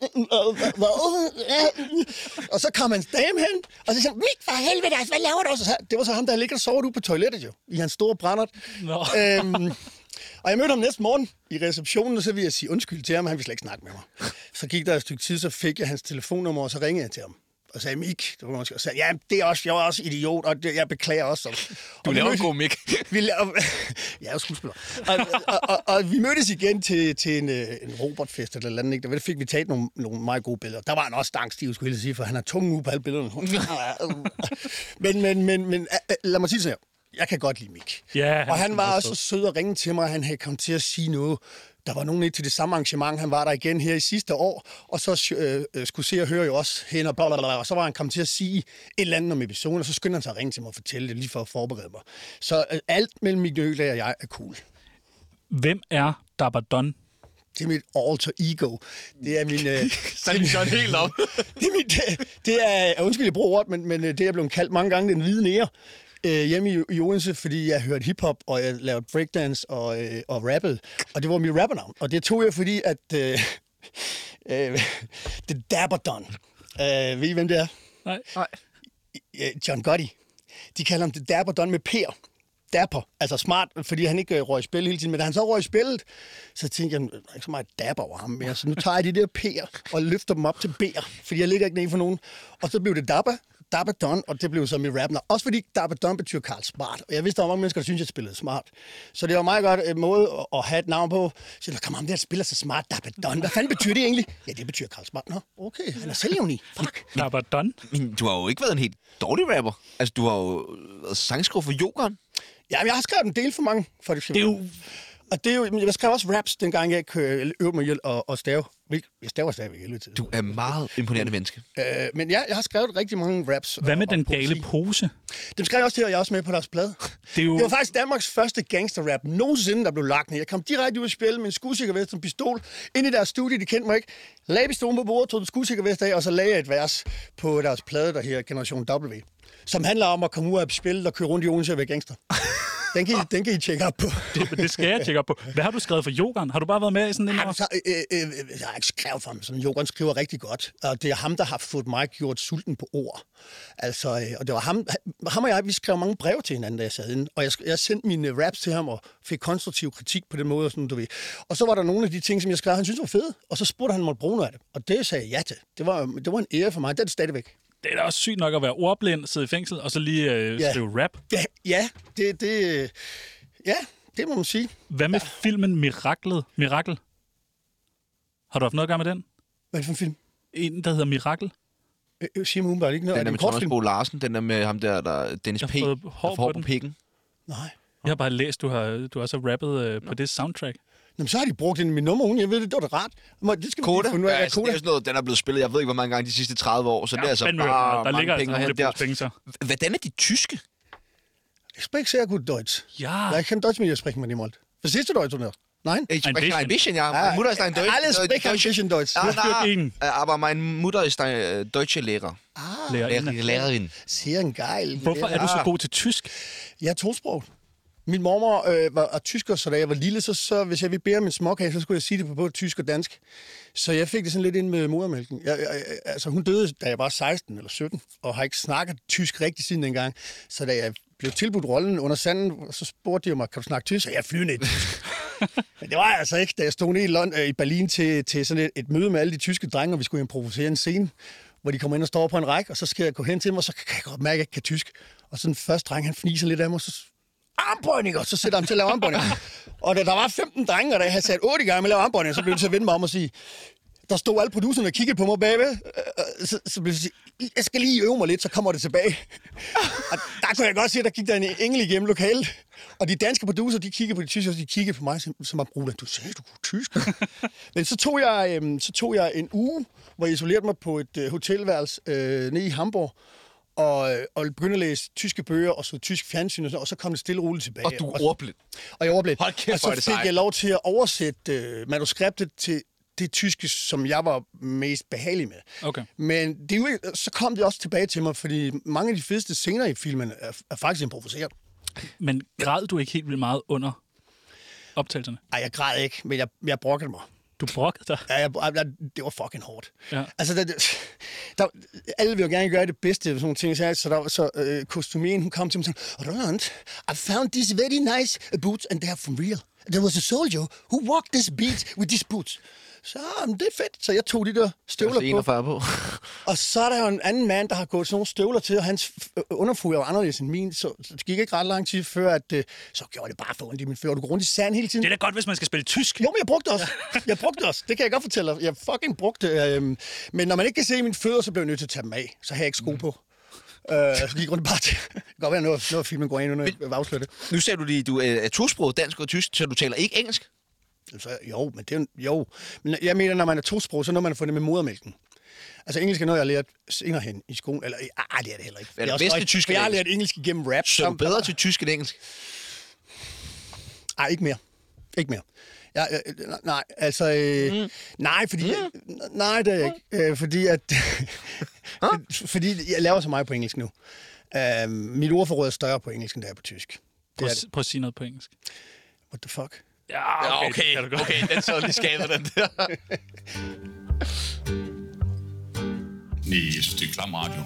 og så kom hans dame hen, og så sagde han, Mick, for helvede, hvad laver du? Så, det var så ham, der ligger og sover ude på toilettet jo, i hans store brændert. No. Øhm, og jeg mødte ham næste morgen i receptionen, og så ville jeg sige undskyld til ham, han ville slet ikke snakke med mig. Så gik der et stykke tid, så fik jeg hans telefonnummer, og så ringede jeg til ham. Og sagde, Mick, det var måske, og sagde, ja, det er også, jeg er også idiot, og det, jeg beklager også. Og, Du og laver mødte, en god Mick. vi laver, jeg er jo skuespiller. Og, og, og, og, vi mødtes igen til, til en, en Robert-fest eller andet, ikke? Der fik vi taget nogle, nogle meget gode billeder. Der var han også stangstiv, skulle jeg sige, for han har tungen ude på alle billederne. men, men, men, men lad mig sige sådan her. Jeg kan godt lide Mick. Ja, han og han var også sød. så sød at ringe til mig, han havde kommet til at sige noget. Der var nogen nede til det samme arrangement, han var der igen her i sidste år, og så øh, skulle se og høre jo også hen og blablabla, og så var han kommet til at sige et eller andet om episoden, og så skyndte han sig at ringe til mig og fortælle det, lige for at forberede mig. Så øh, alt mellem Mick Øgendahl og jeg er cool. Hvem er Dabadon? Det er mit alter ego. Det er min... Øh, Så er det helt op. det er mit... Det, det er... Undskyld, jeg bruger ordet, men, men det er blevet kaldt mange gange den hvide nære. Øh, hjemme i, i Odense, fordi jeg hørte hiphop, og jeg lavede breakdance og, øh, og rappede. Og det var mit rappernavn. Og det tog jeg, fordi at... Øh, øh, det Dabadon. Øh, ved I, hvem det er? Nej. Nej. John Gotti. De kalder ham det Dabadon med Per. Dapper, altså smart, fordi han ikke røg i spil hele tiden. Men da han så røg i spillet, så tænkte jeg, der er ikke så meget dapper over ham mere. Så nu tager jeg de der P'er og løfter dem op til B'er, fordi jeg ligger ikke ned for nogen. Og så blev det Dabba, Dabadon, og det blev så mit rapnavn. Også fordi Dabadon betyder Karl Smart. Og jeg vidste, der var mange mennesker, der synes jeg spillede smart. Så det var meget godt en måde at have et navn på. Så jeg kom ham der, spiller så smart, Dabadon. Hvad fanden betyder det egentlig? Ja, det betyder Karl Smart. Nå, okay, han er selvjævnig. Fuck. Dabadon? Men du har jo ikke været en helt dårlig rapper. Altså, du har jo været sangskriver for Jokeren. Ja, men jeg har skrevet en del for mange, for det. Det er jo... Og det er jo, jeg skrev også raps, dengang jeg øvede mig hjælp og, og stave. Jeg staver stadigvæk helvede til. Du er meget imponerende menneske. Øh, men ja, jeg har skrevet rigtig mange raps. Hvad med og, den og gale pose? Dem skrev jeg også til, og jeg er også med på deres plade. Det, er jo... det var faktisk Danmarks første gangsterrap nogensinde, der blev lagt ned. Jeg kom direkte ud og spille med en skudsikkervest og en pistol ind i deres studie, de kendte mig ikke. Lagde pistolen på bordet, tog den skudsikkervest af, og så lagde jeg et vers på deres plade, der her Generation W, som handler om at komme ud af spillet og køre rundt i Odense og være gangster. Den kan, I, den kan I tjekke op på. det, det skal jeg tjekke op på. Hvad har du skrevet for Jokeren? Har du bare været med i sådan en... Ja, så, øh, øh, jeg har ikke skrevet for ham. Sådan, Jokeren skriver rigtig godt. Og det er ham, der har fået mig gjort sulten på ord. Altså, øh, og det var ham, ham og jeg, vi skrev mange breve til hinanden, da jeg sad inde. Og jeg, jeg sendte mine raps til ham og fik konstruktiv kritik på den måde, sådan, du ved. Og så var der nogle af de ting, som jeg skrev, han syntes var fede. Og så spurgte han mig at bruge noget af det. Og det sagde jeg ja til. Det var, det var en ære for mig. Det er det stadigvæk. Det er da også sygt nok at være ordblind, sidde i fængsel, og så lige øh, Ja. skrive rap. Ja, ja det, det, ja, det må man sige. Hvad med filmen Miraklet? Mirakel? Har du haft noget at gøre med den? Hvad er det for en film? En, der hedder Mirakel? Øh, øh, siger mig umiddelbart ikke noget. Den er det med en kortfilm? Thomas Bo Larsen. Den er med ham der, der Dennis Jeg P. har fået der hår får på hår på den. pikken. Nej. Jeg har bare læst, du har, du også har rappet øh, på det soundtrack. Jamen, så har de brugt den i min nummer. Jeg ved det, det var da rart. Må- Det skal vi Koda? lige finde ud Ja, af. altså, det er jo sådan noget, den er blevet spillet, jeg ved ikke, hvor mange gange de sidste tredive år, så ja, det er altså fandme, bare der mange ligger altså penge at nogle hente der. penge så. Hvordan er de tyske? Ich spreche sehr gut Deutsch. Ja. Ja, ich kann Deutsch mit dir sprechen, wenn ihr wollt. Verstehst du Deutsch oder? Nein? Ich Ein spreche ein bisschen, ja. Ja, Meine Mutter ist ein Deutsch. Alle sprechen ein bisschen Deutsch. Ah, na, Ihnen. aber meine Mutter ist ein äh, deutsche Lehrer. Lærerinde. Lærer, lærerinde. Sehr geil. Hvorfor er du så god til tysk? Jeg er tosprog. Min mormor øh, var tysker, så da jeg var lille, så, så hvis jeg ville bære min småkage, så skulle jeg sige det på både tysk og dansk. Så jeg fik det sådan lidt ind med modermælken. Jeg, jeg, altså, hun døde, da jeg var seksten eller sytten, og har ikke snakket tysk rigtig siden dengang. Så da jeg blev tilbudt rollen under sanden, så spurgte de mig, kan du snakke tysk? Og jeg er flyvende i tysk. Men det var jeg altså ikke, da jeg stod nede i, London, øh, i Berlin til, til sådan et, et møde med alle de tyske drenge, og vi skulle improvisere en scene, hvor de kommer ind og står på en række, og så skal jeg gå hen til dem, og så kan jeg godt mærke, at jeg ikke kan tysk. Og så den første dreng, han fniser lidt af mig, og så armbøjninger, så sætter han til at lave armbøjninger. Og da der var femten drenge, og da jeg havde sat otte gange med at lave armbøjninger, så blev det til at vende mig om og sige, der stod alle producerne og kiggede på mig bagved. Så, så blev jeg sige, jeg skal lige øve mig lidt, så kommer det tilbage. Og der kunne jeg godt se, at der gik der en engel igennem lokalet. Og de danske producer, de kiggede på de tyske, og de kiggede på mig, som, som var brugt. Du sagde, du kunne tysk. Men så tog, jeg, øhm, så tog jeg en uge, hvor jeg isolerede mig på et øh, hotelværelse øh, nede i Hamburg. Og, og begyndte at læse tyske bøger og så tysk fjernsyn og sådan, og så kom det stille og roligt tilbage. Og du er ordblind. Og jeg er ordblind. Hold kæft, og så hvor er det fik sejt. jeg lov til at oversætte øh, manuskriptet til det tyske, som jeg var mest behagelig med. Okay. Men det, er jo ikke- så kom det også tilbage til mig, fordi mange af de fedeste scener i filmen er, er faktisk improviseret. Men græd du ikke helt vildt meget under optagelserne? Ej, jeg græd ikke, men jeg, jeg brokkede mig. Du brokkede dig? Ja, jeg, jeg, det var fucking hårdt. Ja. Altså, der, der, alle vil jo gerne gøre det bedste, sådan nogle ting. Så, der, så øh, kostumien, hun kom til mig og sagde, Roland, I found these very nice boots, and they are from real. There was a soldier who walked this beat with these boots. Så det er fedt. Så jeg tog de der støvler på. enogfyrre på. Og så er der jo en anden mand, der har gået sådan nogle støvler til, og hans underfod er jo anderledes end min. Så det gik ikke ret lang tid før, at øh, så gjorde det bare for ondt i min fødder. Og du går rundt i sand hele tiden. Det er da godt, hvis man skal spille tysk. Jo, men jeg brugte det også. Jeg brugte det også. Det kan jeg godt fortælle dig. Jeg fucking brugte det. Øh, men når man ikke kan se mine fødder, så bliver jeg nødt til at tage dem af. Så har jeg ikke sko på. Øh, så gik rundt bare til. Det kan godt være, noget, noget filmen går ind under jeg afsløre det. Nu sagde du lige, du er tosproget dansk og tysk, så du taler ikke engelsk? Så, jo, men det er jo. Men jeg mener, når man er tosprog, så når man har fået det med modermælken. Altså engelsk er noget, jeg har lært senere hen i skolen. Eller, ej, det er det heller ikke. Er det Jeg også bedste rigtig- tysk for Jeg har eller lært engelsk igennem rap. Så er du bedre til tysk end engelsk? Nej, ikke mere. Ikke mere. Ja, øh, nej, altså... Øh, mm. Nej, fordi... Mm. Nej, det er jeg ikke. Øh, fordi at... fordi jeg laver så meget på engelsk nu. Øh, mit ordforråd er større på engelsk, end det er på tysk. Det Prøv, er at- prøv at sige noget på engelsk. What the fuck? Ja, Ja, okay. okay, Det kan du godt. okay, den så lige skabet, den der. Nej, jeg synes, det er klam radio.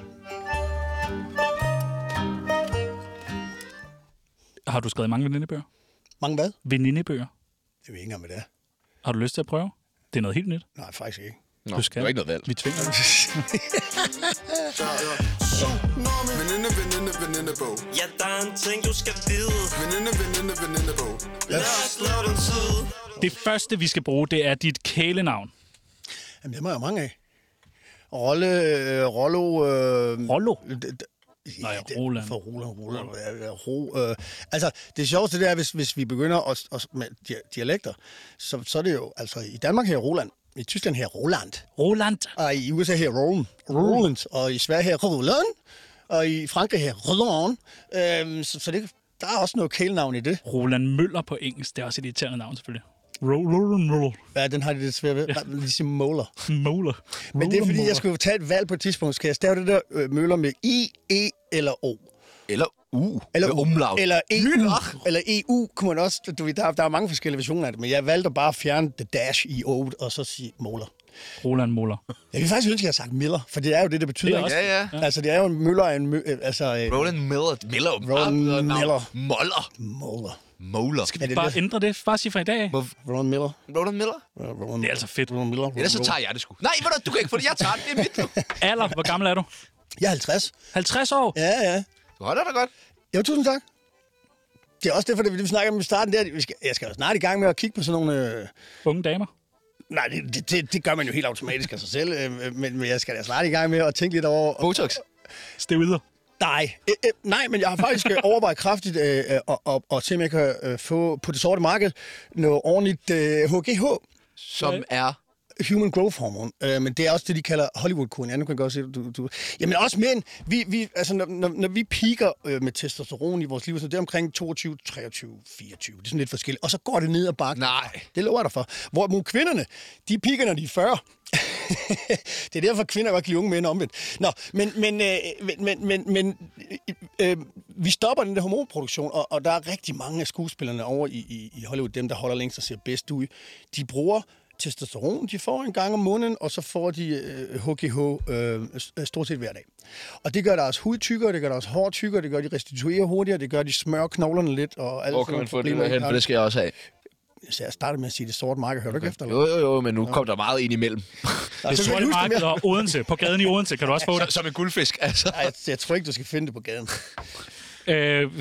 Har du skrevet mange venindebøger? Mange hvad? Venindebøger. Jeg ved ikke engang, hvad det er. Har du lyst til at prøve? Det er noget helt nyt. Nej, faktisk ikke. Nå, Du skal. det var ikke noget valg. Vi tvinger dig. Veninde, veninde, venindebog. Ja, der er en ting, du skal vide. Veninde, veninde, venindebog. Lad os lave den tid. Det første, vi skal bruge, det er dit kælenavn. Jamen, det må jeg have mange af. Rolle... Øh, Rollo... Øh, Rollo? d- d- Nej, det- Roland. For Roland, Roland. Ja, ja, Ro, øh, altså, det sjoveste det er, hvis, hvis vi begynder at, at, med dia- dialekter, så, så er det jo, altså i Danmark her Roland, i Tyskland her Roland, Roland. og i U S A her Roland, Roland og i Sverige her Roland, og i Frankrig her Roland. Øhm, så så det, der er også noget kælenavn i det. Roland Møller på engelsk. Det er også et irriterende navn, selvfølgelig. Roland Møller. Ja, den har de lidt svært ved. Ja. Ligesom Moller. Møller. Men det er fordi, jeg skulle tage et valg på et tidspunkt. Skal jeg stave det der øh, Møller med I, E eller O? Eller U. Eller med U. umlaut. Eller E U. Eller E U kunne man også. Du ved, der, der er mange forskellige versioner af det, men jeg valgte bare at fjerne the dash i O, og så sige Moller. Roland Møller. Jeg vil faktisk ønske, at jeg har sagt Miller, for det er jo det, det betyder. Det er også- ikke? Ja, ja. Altså, det er jo en Møller af en mø, altså, øh, Roland Miller. Miller. Roland Miller. Moller. Moller. Moller. Er det Bare det? ændre det. Bare sig fra i dag. af. Roland Miller. Roland Miller? Roland, Det er altså fedt. Roland Miller. Ellers så tager jeg det sgu. Nej, ved du, du kan ikke få det. Jeg tager det. Det er mit nu. Alder. Hvor gammel er du? Jeg er halvtreds. halvtreds år. Ja, ja. Du holder dig godt. Jo, tusind tak. Det er også derfor, det vi snakker om i starten der. Vi skal, jeg skal jo snart i gang med at kigge på sådan nogle... Øh, Unge damer. nej, det, det- det, det gør man jo helt automatisk af sig selv. Øh, men, men jeg skal da snart i gang med at tænke lidt over... Botox. Steroider. Nej, øh, øh, nej, men jeg har faktisk øh, overvejet kraftigt øh, øh, at, at, at se, om jeg kan øh, få på det sorte marked noget ordentligt øh, H G H, Som er... Human Growth Hormone. Øh, men det er også det, de kalder Hollywood-kuren. Ja, nu kan jeg godt se, du, du... Jamen også mænd, vi, vi, altså, når, når, når vi piker øh, med testosteron i vores liv, så det er omkring toogtyve, treogtyve, fireogtyve. Det er sådan lidt forskelligt. Og så går det ned ad bakken. Nej. Det lover jeg dig for. Hvorimod kvinderne, de piker, når de er fyrre. Det er derfor, kvinder godt kan lide unge mænd omvendt. Nå, men, men, øh, men, men, men, men øh, øh, vi stopper den der hormonproduktion, og, og der er rigtig mange af skuespillerne over i, i, i Hollywood, dem der holder længst og ser bedst ud. De bruger testosteron, de får en gang om måneden, og så får de øh, H G H øh, stort set hver dag. Og det gør deres hud tykkere, det gør deres hår tykkere, det gør de restituerer hurtigere, det gør de smører knoglerne lidt. Og alle Hvor sådan kan nogle man få det problemer, hen? For det skal jeg også have. Så jeg startede med at sige det sorte marked. Hører du ikke efter? Eller? Jo, jo, jo, men nu kom der meget ind imellem. Nej, Det så kan jeg sorte huske det marked mere. og Odense. På gaden i Odense kan du også få det. Som en guldfisk, altså. Ej, jeg, jeg tror ikke, du skal finde det på gaden. Øh,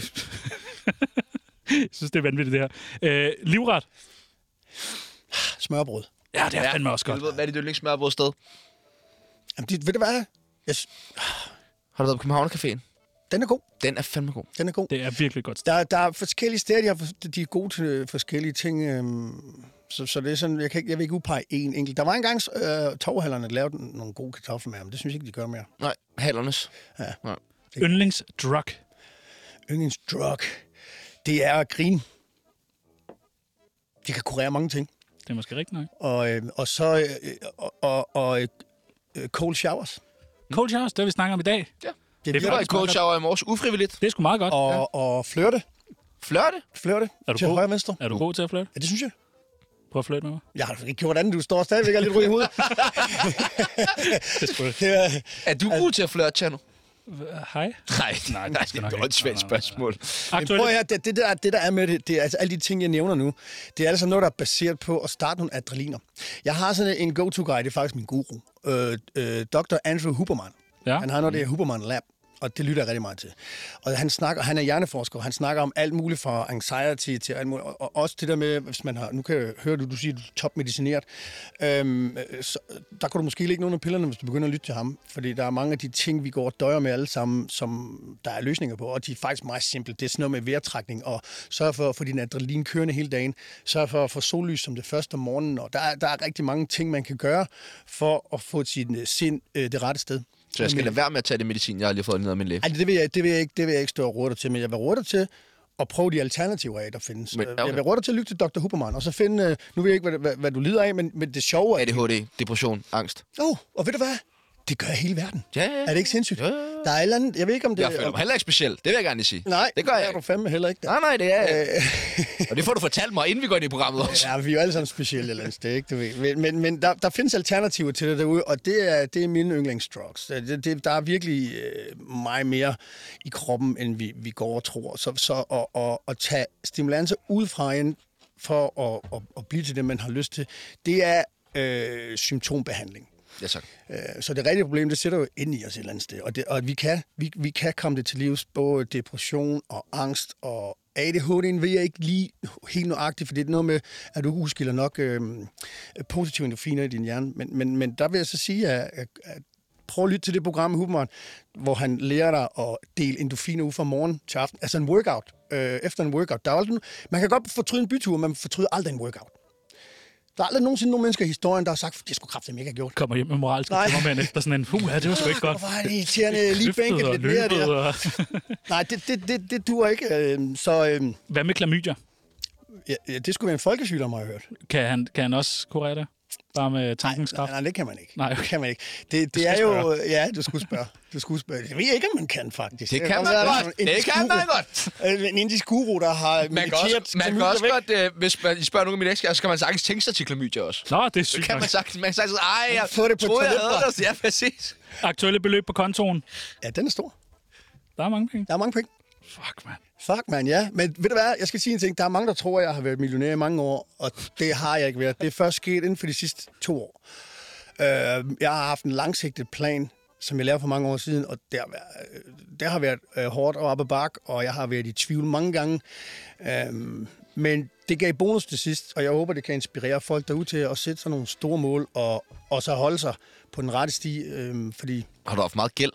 jeg synes, det er vanvittigt, det her. Øh, livret. Smørbrød. Ja, det er fandme også godt. Hvad er dit yndlingssmørbrød sted? Jamen, det, ved du hvad? Jeg... Har du været på Københavner-caféen? Den er god. Den er fandme god. Den er god. Det er virkelig godt. Der, der er forskellige steder, de, har, de er gode til forskellige ting. Øhm, så, så det er sådan, jeg, kan ikke, jeg vil ikke udpege én enkelt. Der var engang øh, torvhallerne lavede nogle gode kartofler med, men det synes jeg ikke, de gør mere. Nej, hallernes. Ja. Nej. Yndlingsdrug. Yndlingsdrug. Det er at grine. Det kan kurere mange ting. Det er måske rigtigt nok. Og, øh, og så øh, og, og, og øh, cold showers. Cold showers, det har vi snakket om i dag. Ja. Det er faktisk cold shower i morges, ufrivilligt. Det er sgu meget godt. Og, ja. og flirte. Flirte? Flirte. Er du til god? højre og venstre. Er du god til at flirte? Ja, det synes jeg. Prøv at flirte med mig. Jeg har ikke gjort andet. Du står stadigvæk og lidt ryg i hovedet. det er, er du god til at flirte, Tjerno? Hej. Nej, nej, nej, det er et svært spørgsmål. Men prøv her, det, det, der, det der er med det, det er altså alle de ting, jeg nævner nu, det er altså noget, der er baseret på at starte nogle adrenaliner. Jeg har sådan en go-to-guy, det er faktisk min guru, øh, øh, doktor Andrew Huberman. Ja. Han har noget, det er Huberman Lab, og det lytter jeg rigtig meget til. Og han snakker, han er hjerneforsker, han snakker om alt muligt fra anxiety til alt muligt, og, og også det der med, hvis man har, nu kan jeg høre, du, du siger, du er topmedicineret, øhm, så, der kan du måske lægge nogle af pillerne, hvis du begynder at lytte til ham, fordi der er mange af de ting, vi går og døjer med alle sammen, som der er løsninger på, og de er faktisk meget simple. Det er sådan noget med vejrtrækning, og sørg for at få din adrenalin kørende hele dagen, sørg for at få sollys som det første om morgenen, og der er, der er rigtig mange ting, man kan gøre for at få sit sind øh, det rette sted. Så jeg skal lade være med at tage det medicin, jeg har lige fået ned af min læge? Ej, det vil jeg, det vil jeg, ikke, det vil jeg ikke stå og råde dig til, men jeg vil råde dig til at prøve de alternativer af, der findes. Men, okay. Jeg vil råde dig til at lytte til doktor Huberman, og så finde, nu ved jeg ikke, hvad, hvad, hvad du lider af, men, men det sjove er... A D H D, depression, angst. Åh, oh, og ved du hvad? Det gør hele verden. Ja, ja, ja. Er det ikke sindssygt? Ja, ja, ja. Der er et eller andet, jeg ved ikke om det... Jeg føler mig heller ikke specielt, det vil jeg gerne sige. Nej, det gør jeg er du fandme heller ikke. Der. Nej, nej, det er og det får du fortalt mig, inden vi går ind i programmet også. Ja, vi er jo alle sammen specielle et eller andet sted, ikke? Du ved. Men, men, men der, der findes alternativer til det derude, og det er, det er mine yndlingsdrugs. Det, det, der er virkelig øh, meget mere i kroppen, end vi, vi går og tror. Så, så at, at, at tage stimulanser ud fra en for at, at, at blive til det, man har lyst til, det er øh, symptombehandling. Ja, tak. Så det rigtige problem, det sætter jo ind i os et eller andet sted. Og, det, og vi, kan, vi, vi kan komme det til livs, både depression og angst og A D H D'en ved jeg ikke lige helt nøjagtigt, for det er noget med, at du udskiller nok øh, positive endorfiner i din hjerne. Men, men, men der vil jeg så sige, at, at, at prøv at lytte til det program med Huberman, hvor han lærer dig at dele endorfiner ud fra morgen til aften. Altså en workout. Øh, efter en workout. Der er aldrig, man kan godt fortryde en bytur, men man fortryder aldrig en workout. Der er aldrig nogensinde nogen mennesker i historien, der har sagt, det skulle kraftigt ikke have gjort. Kommer hjem med moralske tømmermænd efter sådan en, puh, ja, det var sgu ikke godt. Hvor er det irriterende, lige bænket lidt mere der. Og... Nej, det, det, det, det duer ikke. Så, hvad med klamydia? Ja, det skulle være en folkesygdom, har jeg hørt. Kan han, kan han også kurere det? Bare med tankens kraft? Nej, nej, det kan man ikke. Nej, okay. Det kan man ikke. Det, det er jo... Ja, du skulle spørge. Du skulle spørge. Jeg ved ikke, om man kan, faktisk. Det, det kan man godt. Det kan man godt. En indisk guru, der har man kan også, man kan også godt, øh, hvis man spørger nogen af mine ekskærester, så kan man sagtens tænke sig til klamydia også. Nå, det er sygt. Så kan man sagtens, man kan sagtens, ej, jeg Få det på troede, jeg havde det. Ja, præcis. Aktuelle beløb på kontoen? Ja, den er stor. Der er mange penge. Der er mange penge. Fuck, man. Fuck, man, ja. Men ved du hvad, jeg skal sige en ting. Der er mange, der tror, at jeg har været millionær i mange år, og det har jeg ikke været. Det er først sket inden for de sidste to år. Uh, jeg har haft en langsigtet plan, som jeg lavede for mange år siden, og det har været, det har været uh, hårdt og op ad bak, og jeg har været i tvivl mange gange. Uh, men det gav bonus til sidst, og jeg håber, det kan inspirere folk derude til at sætte sig nogle store mål, og, og så holde sig på den rette sti, uh, fordi... Har du haft meget gæld?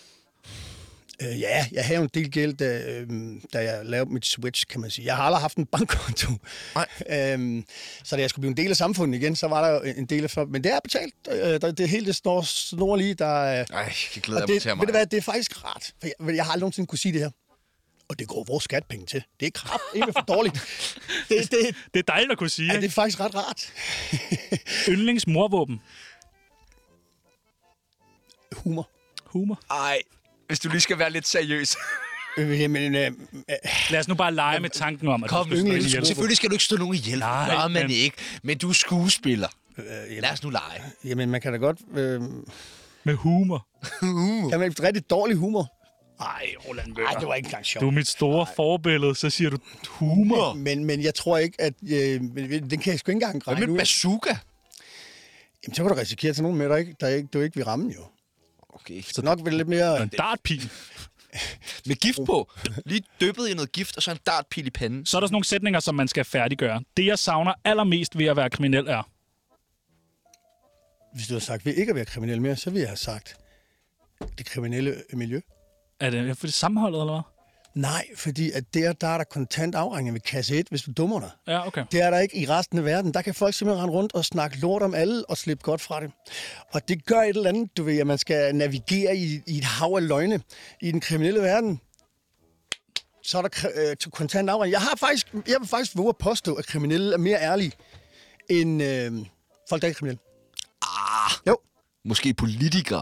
Øh, ja, jeg havde en del gæld, da, øh, da jeg lavede mit switch, kan man sige. Jeg har aldrig haft en bankkonto. øhm, så da jeg skulle blive en del af samfundet igen, så var der jo en del af... Men det er betalt. Øh, det hele det står snor lige. Der, Ej, jeg glæder mig til mig. Ved du hvad, det er faktisk rart. For jeg, jeg har aldrig nogensinde kunne sige det her. Og det går vores skatpenge til. Det er kraft ikke for dårligt. Det, det, det er dejligt at kunne sige. Ja, det er faktisk ret rart. Yndlingsmorvåben? Humor. Humor? Ej. Hvis du lige skal være lidt seriøs. Jamen, øh, lad os nu bare lege med tanken om, at kom, du skal skal selvfølgelig skal du ikke stå nogen ihjel. Nej, Nej, men men... ikke. Men du er skuespiller. Øh, jamen, lad os nu lege. Jamen, man kan da godt... Øh... Med humor. Kan man ikke rigtig dårlig humor? Ej, Roland Møller. Nej, det var ikke engang sjovt. Du er mit store Ej. forbillede, så siger du humor. Men, men jeg tror ikke, at... Øh, den kan jeg sgu ikke engang regne ud. Hvad med bazooka? Jamen, så kan du risikere til nogen med, der ikke, der ikke, du ikke vil ramme, jo. Okay. Så nok vil det lidt mere... En dartpil. Med gift på. Lige dyppet i noget gift, og så en dartpil i panden. Så er der sådan nogle sætninger, som man skal færdiggøre. Det, jeg savner allermest ved at være kriminel, er... hvis du havde sagt, vil ikke at være kriminel mere, så ville jeg have sagt, det kriminelle miljø. Er det for det sammenholdet, eller hvad? Nej, fordi at der, der er der kontant afregning ved kasse et, hvis du dummer dig. Ja, okay. Det er der ikke i resten af verden. Der kan folk simpelthen rende rundt og snakke lort om alle og slippe godt fra det. Og det gør et eller andet, du ved, at man skal navigere i, i et hav af løgne i den kriminelle verden. Så er der øh, kontant afregning. Jeg, har faktisk, jeg vil faktisk våge at påstå, at kriminelle er mere ærlige end øh, folk, der er kriminelle. Ah, jo. Måske politikere.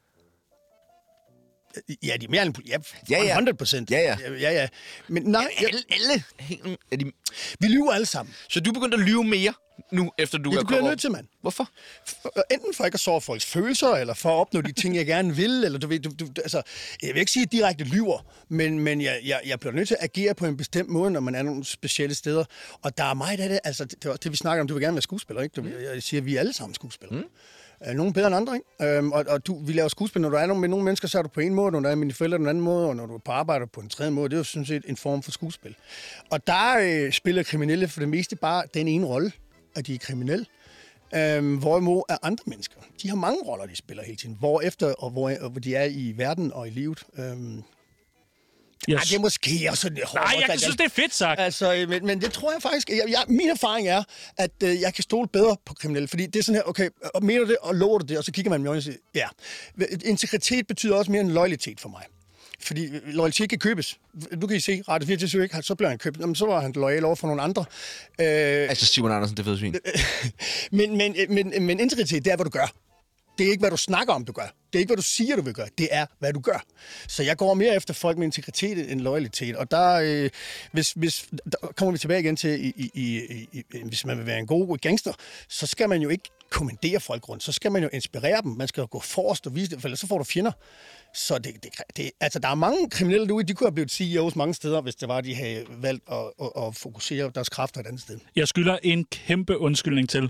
Ja, de er mere end ja, ja, ja. hundrede procent. Ja, ja. ja, ja. Men nej, ja, alle, alle er de... Vi lyver alle sammen. Så du begynder at lyve mere nu, efter du ja, er det bliver kommet nødt til, mand. Hvorfor? Enten for ikke at såre folks følelser, eller for at opnå de ting, jeg gerne vil, eller du ved, du, du, altså, jeg vil ikke sige direkte lyver, men, men jeg, jeg, jeg bliver nødt til at agere på en bestemt måde, når man er nogle specielle steder. Og der er meget af det, altså, det, det, det vi snakker om, du vil gerne være skuespiller, ikke? Du, jeg siger, vi er alle sammen skuespillere. Mm. Nogle bedre end andre, ikke? Øhm, og og du, vi laver skuespil, når du er med nogle mennesker, så er du på en måde, når du er med dine forældre på den anden måde, og når du er på arbejde på en tredje måde. Det er jo sådan set en form for skuespil. Og der øh, spiller kriminelle for det meste bare den ene rolle, at de er kriminelle. Øhm, hvorimod er andre mennesker, de har mange roller, de spiller hele tiden. Hvor efter og hvor, og hvor de er i verden og i livet. Øhm, Yes. Ej, det er måske også sådan... Nej, jeg kan synes, det er fedt sagt. Altså, men, men det tror jeg faktisk... Jeg, jeg, min erfaring er, at øh, jeg kan stole bedre på kriminelle, fordi det er sådan her, okay, og mener det, og lover det, og så kigger man med og siger, ja. Integritet betyder også mere end loyalitet for mig. Fordi loyalitet kan købes. Du kan I se, Radio fireogtyve ikke, så bliver han købt. Jamen, så var han loyal over for nogle andre. Øh, altså Simon Andersen, det ved svin. men, men, men, men integritet, det er, hvad du gør. Det er ikke, hvad du snakker om, du gør. Det er ikke, hvad du siger, du vil gøre. Det er, hvad du gør. Så jeg går mere efter folk med integritet end loyalitet. Og der, øh, hvis, hvis, der kommer vi tilbage igen til, i, i, i, i, hvis man vil være en god gangster, så skal man jo ikke kommandere folk rundt. Så skal man jo inspirere dem. Man skal jo gå forrest og vise det, for ellers så får du fjender. Så det, det, det, altså, der er mange kriminelle derude, de kunne have blevet C E O's mange steder, hvis det var, de havde valgt at, at, at fokusere deres kræfter et andet sted. Jeg skylder en kæmpe undskyldning til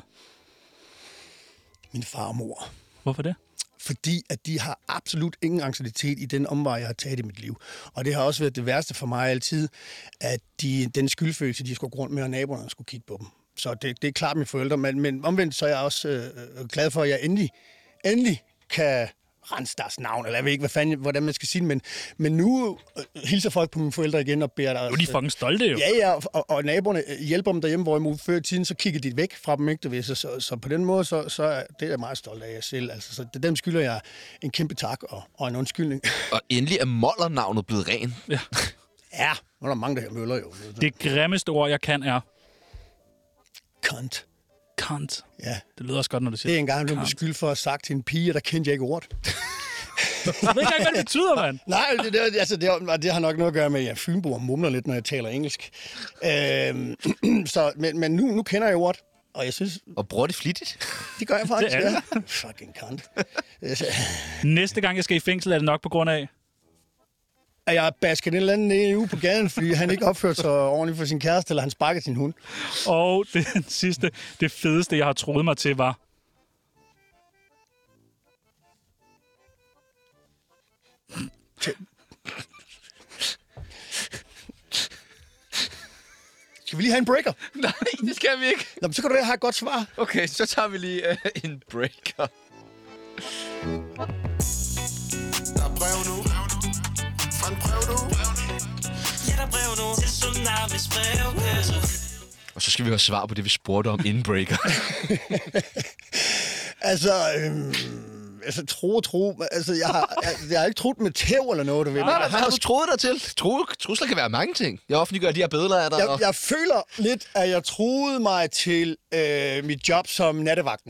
min far og mor. Hvorfor det? Fordi at de har absolut ingen anciennitet i den omvej, jeg har taget i mit liv. Og det har også været det værste for mig altid, at de, den skyldfølelse, de skulle gå rundt med, og naboerne skulle kigge på dem. Så det, det er klart mine forældre, men, men omvendt så er jeg også øh, glad for, at jeg endelig, endelig kan rense deres navn, eller jeg ved ikke, hvad fanden, hvordan man skal sige det, men, men nu øh, hilser folk på mine forældre igen og beder deres... Nu er de fucking stolte jo. Ja, ja, og, og naboerne hjælper dem derhjemme, hvorimod før i tiden, så kigger de væk fra dem, ikke, du ved, så, så, så på den måde, så, så er det er meget stolt af jeg selv, altså, så det, dem skylder jeg en kæmpe tak og, og en undskyldning. Og endelig er Moller-navnet blevet ren. Ja. Ja, nu er der mange, der her møller jo. Det grimmeste ord, jeg kan, er... Cunt. Cunt. Ja. Det lyder også godt, når du siger det. Det er engang, du blev beskyldt for at have sagt til en pige, og der kendte jeg ikke ordet. Jeg ved ikke, hvad det betyder, mand. Nej, det, det, altså, det, det har nok noget at gøre med, at jeg fynbo og mumler lidt, når jeg taler engelsk. Øhm, så, men men nu, nu kender jeg ordet, og jeg synes... Og bruger det flittigt? Det gør jeg faktisk, det er ja. Fucking cunt. Næste gang, jeg skal i fængsel, er det nok på grund af... At jeg basket en eller anden nede ude på gaden, fordi han ikke opførte sig ordentligt for sin kæreste, eller han sparkede sin hund. Og det sidste, det fedeste, jeg har troet mig til, var... Skal vi lige have en breaker? Nej, det skal vi ikke. Nå, så kan du da have et godt svar. Okay, så tager vi lige uh, en breaker. Der er brev nu. Fra en brev nu. Ja, der er brev nu til Tsunamis brevkasse. Og så skal vi have svar på det, vi spurgte om inden breaker. altså... Øhm Altså, tro og tro. Altså, jeg har, jeg, jeg har ikke troet med tæv eller noget, du ved. Nej, jeg har også troet dig til. Tro, trusler kan være mange ting. Jeg offentliggør de her billeder af dig. Jeg, og... jeg føler lidt, at jeg troede mig til øh, mit job som nattevagten.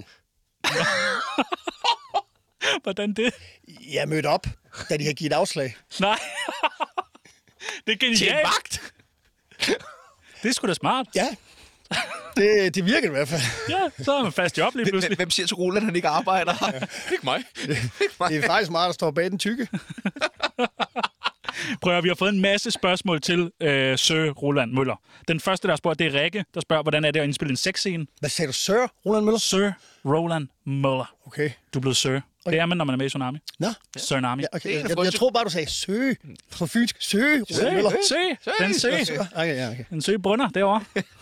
Hvordan det? Jeg mødte op, da de havde givet afslag. Nej. Det er genialt. Til en vagt? Det er sgu da smart. Ja. Det, det virker i hvert fald. Ja, så er man fast job lige pludselig. Hvem siger til Roland, at han ikke arbejder? Ja. Ikke mig. Ikke mig. Det er faktisk meget, der står bag den tykke. Prøv at vi har fået en masse spørgsmål til øh, Sir Roland Møller. Den første, der spørger, det er Rikke, der spørger, hvordan er det at indspille en sexscene? Hvad sagde du? Sir Roland Møller? Sir Roland Møller. Okay. Du er blevet Sir. Okay. Det er man, når man er med i Tsunami. Nå? Tsunami. Ja, okay. jeg, jeg, jeg tror bare, du sagde sø. Fra fynsk. Sø. Sø. Sø. Den sø. Okay, ja, okay. Den sø bunder derovre.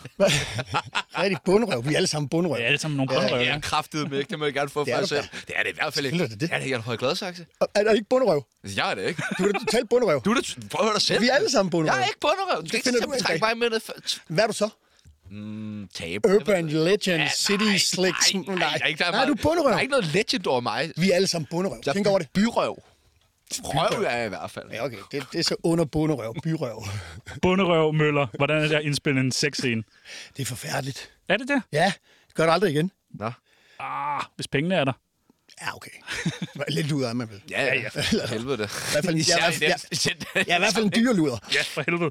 Rigtig bundrøv. Vi er alle sammen bundrøv. Vi er alle sammen nogle bundrøv. Ja, jeg er kraftet med, det må jeg gerne få for jer selv. Det er det i hvert fald ikke. Det. Er det ikke fra Gladsaxe? Er der ikke bundrøv? Jeg er det ikke. Du er da totalt bundrøv. Du er da... Prøv at høre dig selv. Vi er alle sammen bundrøv. Jeg er ikke bundrøv. Du skal ikke trække mig med det. Hvad er du så? Mm, tabe. Urban Legend, ja, City nej, Slicks. Nej, nej, nej, nej, nej, du er bunderøv. Der er ikke noget legend over mig. Vi er alle sammen bunderøv. Tænk over det. Byrøv. Røv er jeg i hvert fald. Ja, okay. Det, det er så under bunderøv. Byrøv. Bunderøv Møller. Hvordan er det at indspille en sexscene? Det er forfærdeligt. Er det det? Ja, det gør det aldrig igen. Nå. Ah, hvis pengene er der. Ja, okay. Lidt luder er man vel. Ja, ja. For helvede det. I hvert fald, jeg, jeg, jeg, jeg, jeg er i hvert fald en dyreluder. Ja, for helvede.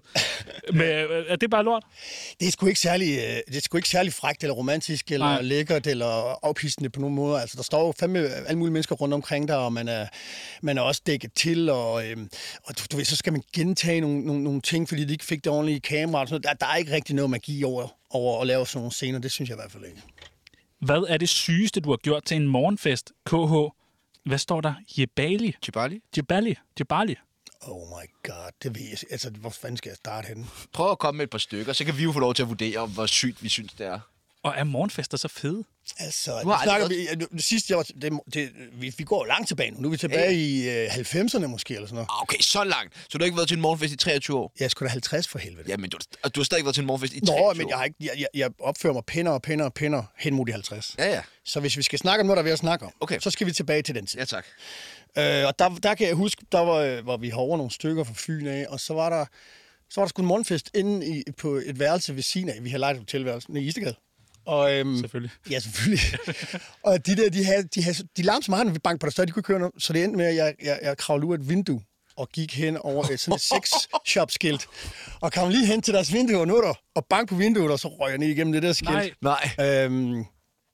Men er det bare lort? Det er sgu ikke særlig, det er sgu ikke særlig frækt, eller romantisk, eller Nej. lækkert, eller afpistende på nogen måde. Altså, der står jo fandme alle mulige mennesker rundt omkring dig, og man er, man er også dækket til, og, øhm, og du, du ved, så skal man gentage nogle, nogle, nogle ting, fordi de ikke fik det ordentlige kamera. Og sådan noget. Der, der er ikke rigtig noget magi over, over at lave sådan nogle scener. Det synes jeg i hvert fald ikke. Hvad er det sygeste, du har gjort til en morgenfest, K H? Hvad står der? Jebali? Jebali? Jebali? Jebali? Oh my god, det ved jeg. Altså, hvor fanden skal jeg starte henne? Prøv at komme med et par stykker, så kan vi jo få lov til at vurdere, hvor sygt vi synes, det er. Og er morgenfester så fede? Altså, det snakker vi, det sidste, jeg var, det, det, vi, vi går langt tilbage nu. Nu er vi tilbage ja. i øh, halvfemserne måske, eller sådan noget. Okay, så langt. Så du har ikke været til en morgenfest i treogtyve år? Jeg skulle da halvtreds for helvede. Ja, men du, du har stadig været til en morgenfest i treogtyve år? Nå, men jeg, har ikke, jeg, jeg, jeg opfører mig pænere og pænere og pænere hen mod de halvtreds. Ja, ja. Så hvis vi skal snakke om noget, der er ved at snakke om, okay. så skal vi tilbage til den tid. Ja, tak. Øh, og der, der kan jeg huske, der var, hvor vi herovre nogle stykker fra Fyn af, og så var der, så var der sgu en morgenfest inde i, på et værelse ved siden af. Vi havde lejet et hotelværelse i Istegade. Og, øhm, selvfølgelig. Ja, selvfølgelig. Og de der, de havde, de, havde, de larm så meget, når vi bankede på der større, de kunne køre noget. Så det endte med, at jeg, jeg, jeg kravlede ud af et vindue og gik hen over et sådan et sex-shop-skilt. Og kom lige hen til deres vindue og nåede og bank på vinduet, og så røg jeg ned igennem det der skilt. Nej, nej. Øhm,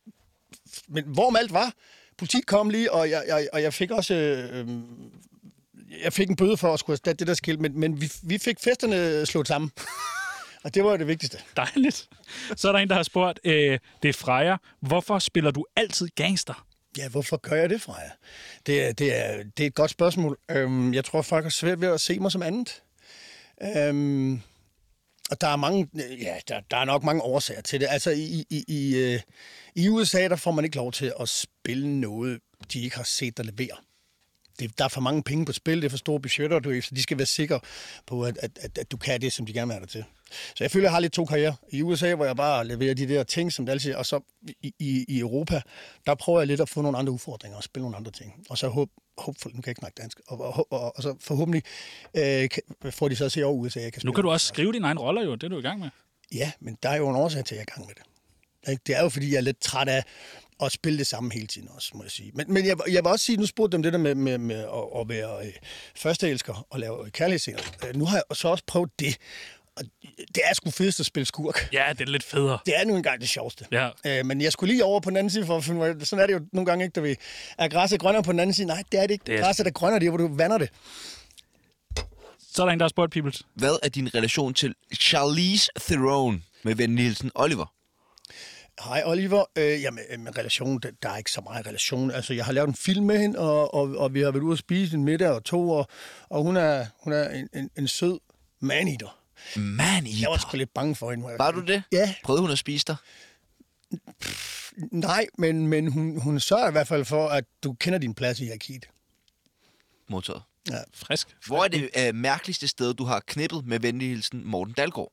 men hvorom alt var, politiet kom lige, og jeg, jeg, og jeg fik også... Øh, jeg fik en bøde for at skulle erstatte det der skilt, men, men vi, vi fik festerne slået sammen. Og det var jo det vigtigste. Dejligt. Så er der en, der har spurgt, øh, det er Freja, hvorfor spiller du altid gangster? Ja, hvorfor gør jeg det, Freja? Det er, det er, det er et godt spørgsmål. Øhm, jeg tror, folk er svært ved at se mig som andet. Øhm, og der er mange, ja, der, der er nok mange årsager til det. Altså, i, i, i, i U S A, der får man ikke lov til at spille noget, de ikke har set der levere. Det, der er for mange penge på spil, det er for store budgetter, du, så de skal være sikre på, at, at, at, at du kan det, som de gerne vil have dig til. Så jeg føler, jeg har lidt to karrierer. I U S A, hvor jeg bare leverer de der ting, som det altid, og så i, i, i Europa, der prøver jeg lidt at få nogle andre udfordringer og spille nogle andre ting. Og så håb, håbfuldt, nu kan jeg ikke snakke dansk, og, og, og, og så forhåbentlig øh, får de så at se over U S A. Jeg kan nu kan du også skrive dine egne roller jo, det er du i gang med. Ja, men der er jo en årsag til, at jeg er i gang med det. Det er jo, fordi jeg er lidt træt af at spille det samme hele tiden også, må jeg sige. Men, men jeg, jeg vil også sige, nu spurgte dem det der med, med, med at, at være øh, førsteelsker og lave kærlighedsscener. Øh, nu har jeg så også prøvet det. Og det er sgu fedest at spille skurk. Ja, det er lidt federe. Det er nu engang det sjoveste. Ja. Øh, men jeg skulle lige over på den anden side, for at finde ud af, sådan er det jo nogle gange ikke, der vi er græsset grønnere på den anden side. Nej, det er det ikke. Det er græsset er grønnere, det er, hvor du vander det. Så er der en, der har spurgt, Peoples. Hvad er din relation til Charlize Theron med Ven Nielsen Oliver? Hej Oliver. Øh, jamen, med relation, der er ikke så meget relation. Altså, jeg har lavet en film med hende, og, og, og vi har været ude at spise en middag og to, og, og hun er, hun er en, en, en sød man-eater. Man-eater? Jeg var sgu lidt bange for hende. Var du det? Ja. Prøvede hun at spise dig? Pff, nej, men, men hun, hun sørger i hvert fald for, at du kender din plads i hierarkiet. Modtaget. Ja. Frisk. Hvor er det øh, mærkeligste sted, du har knippet med venlig hilsen Morten Dalgaard?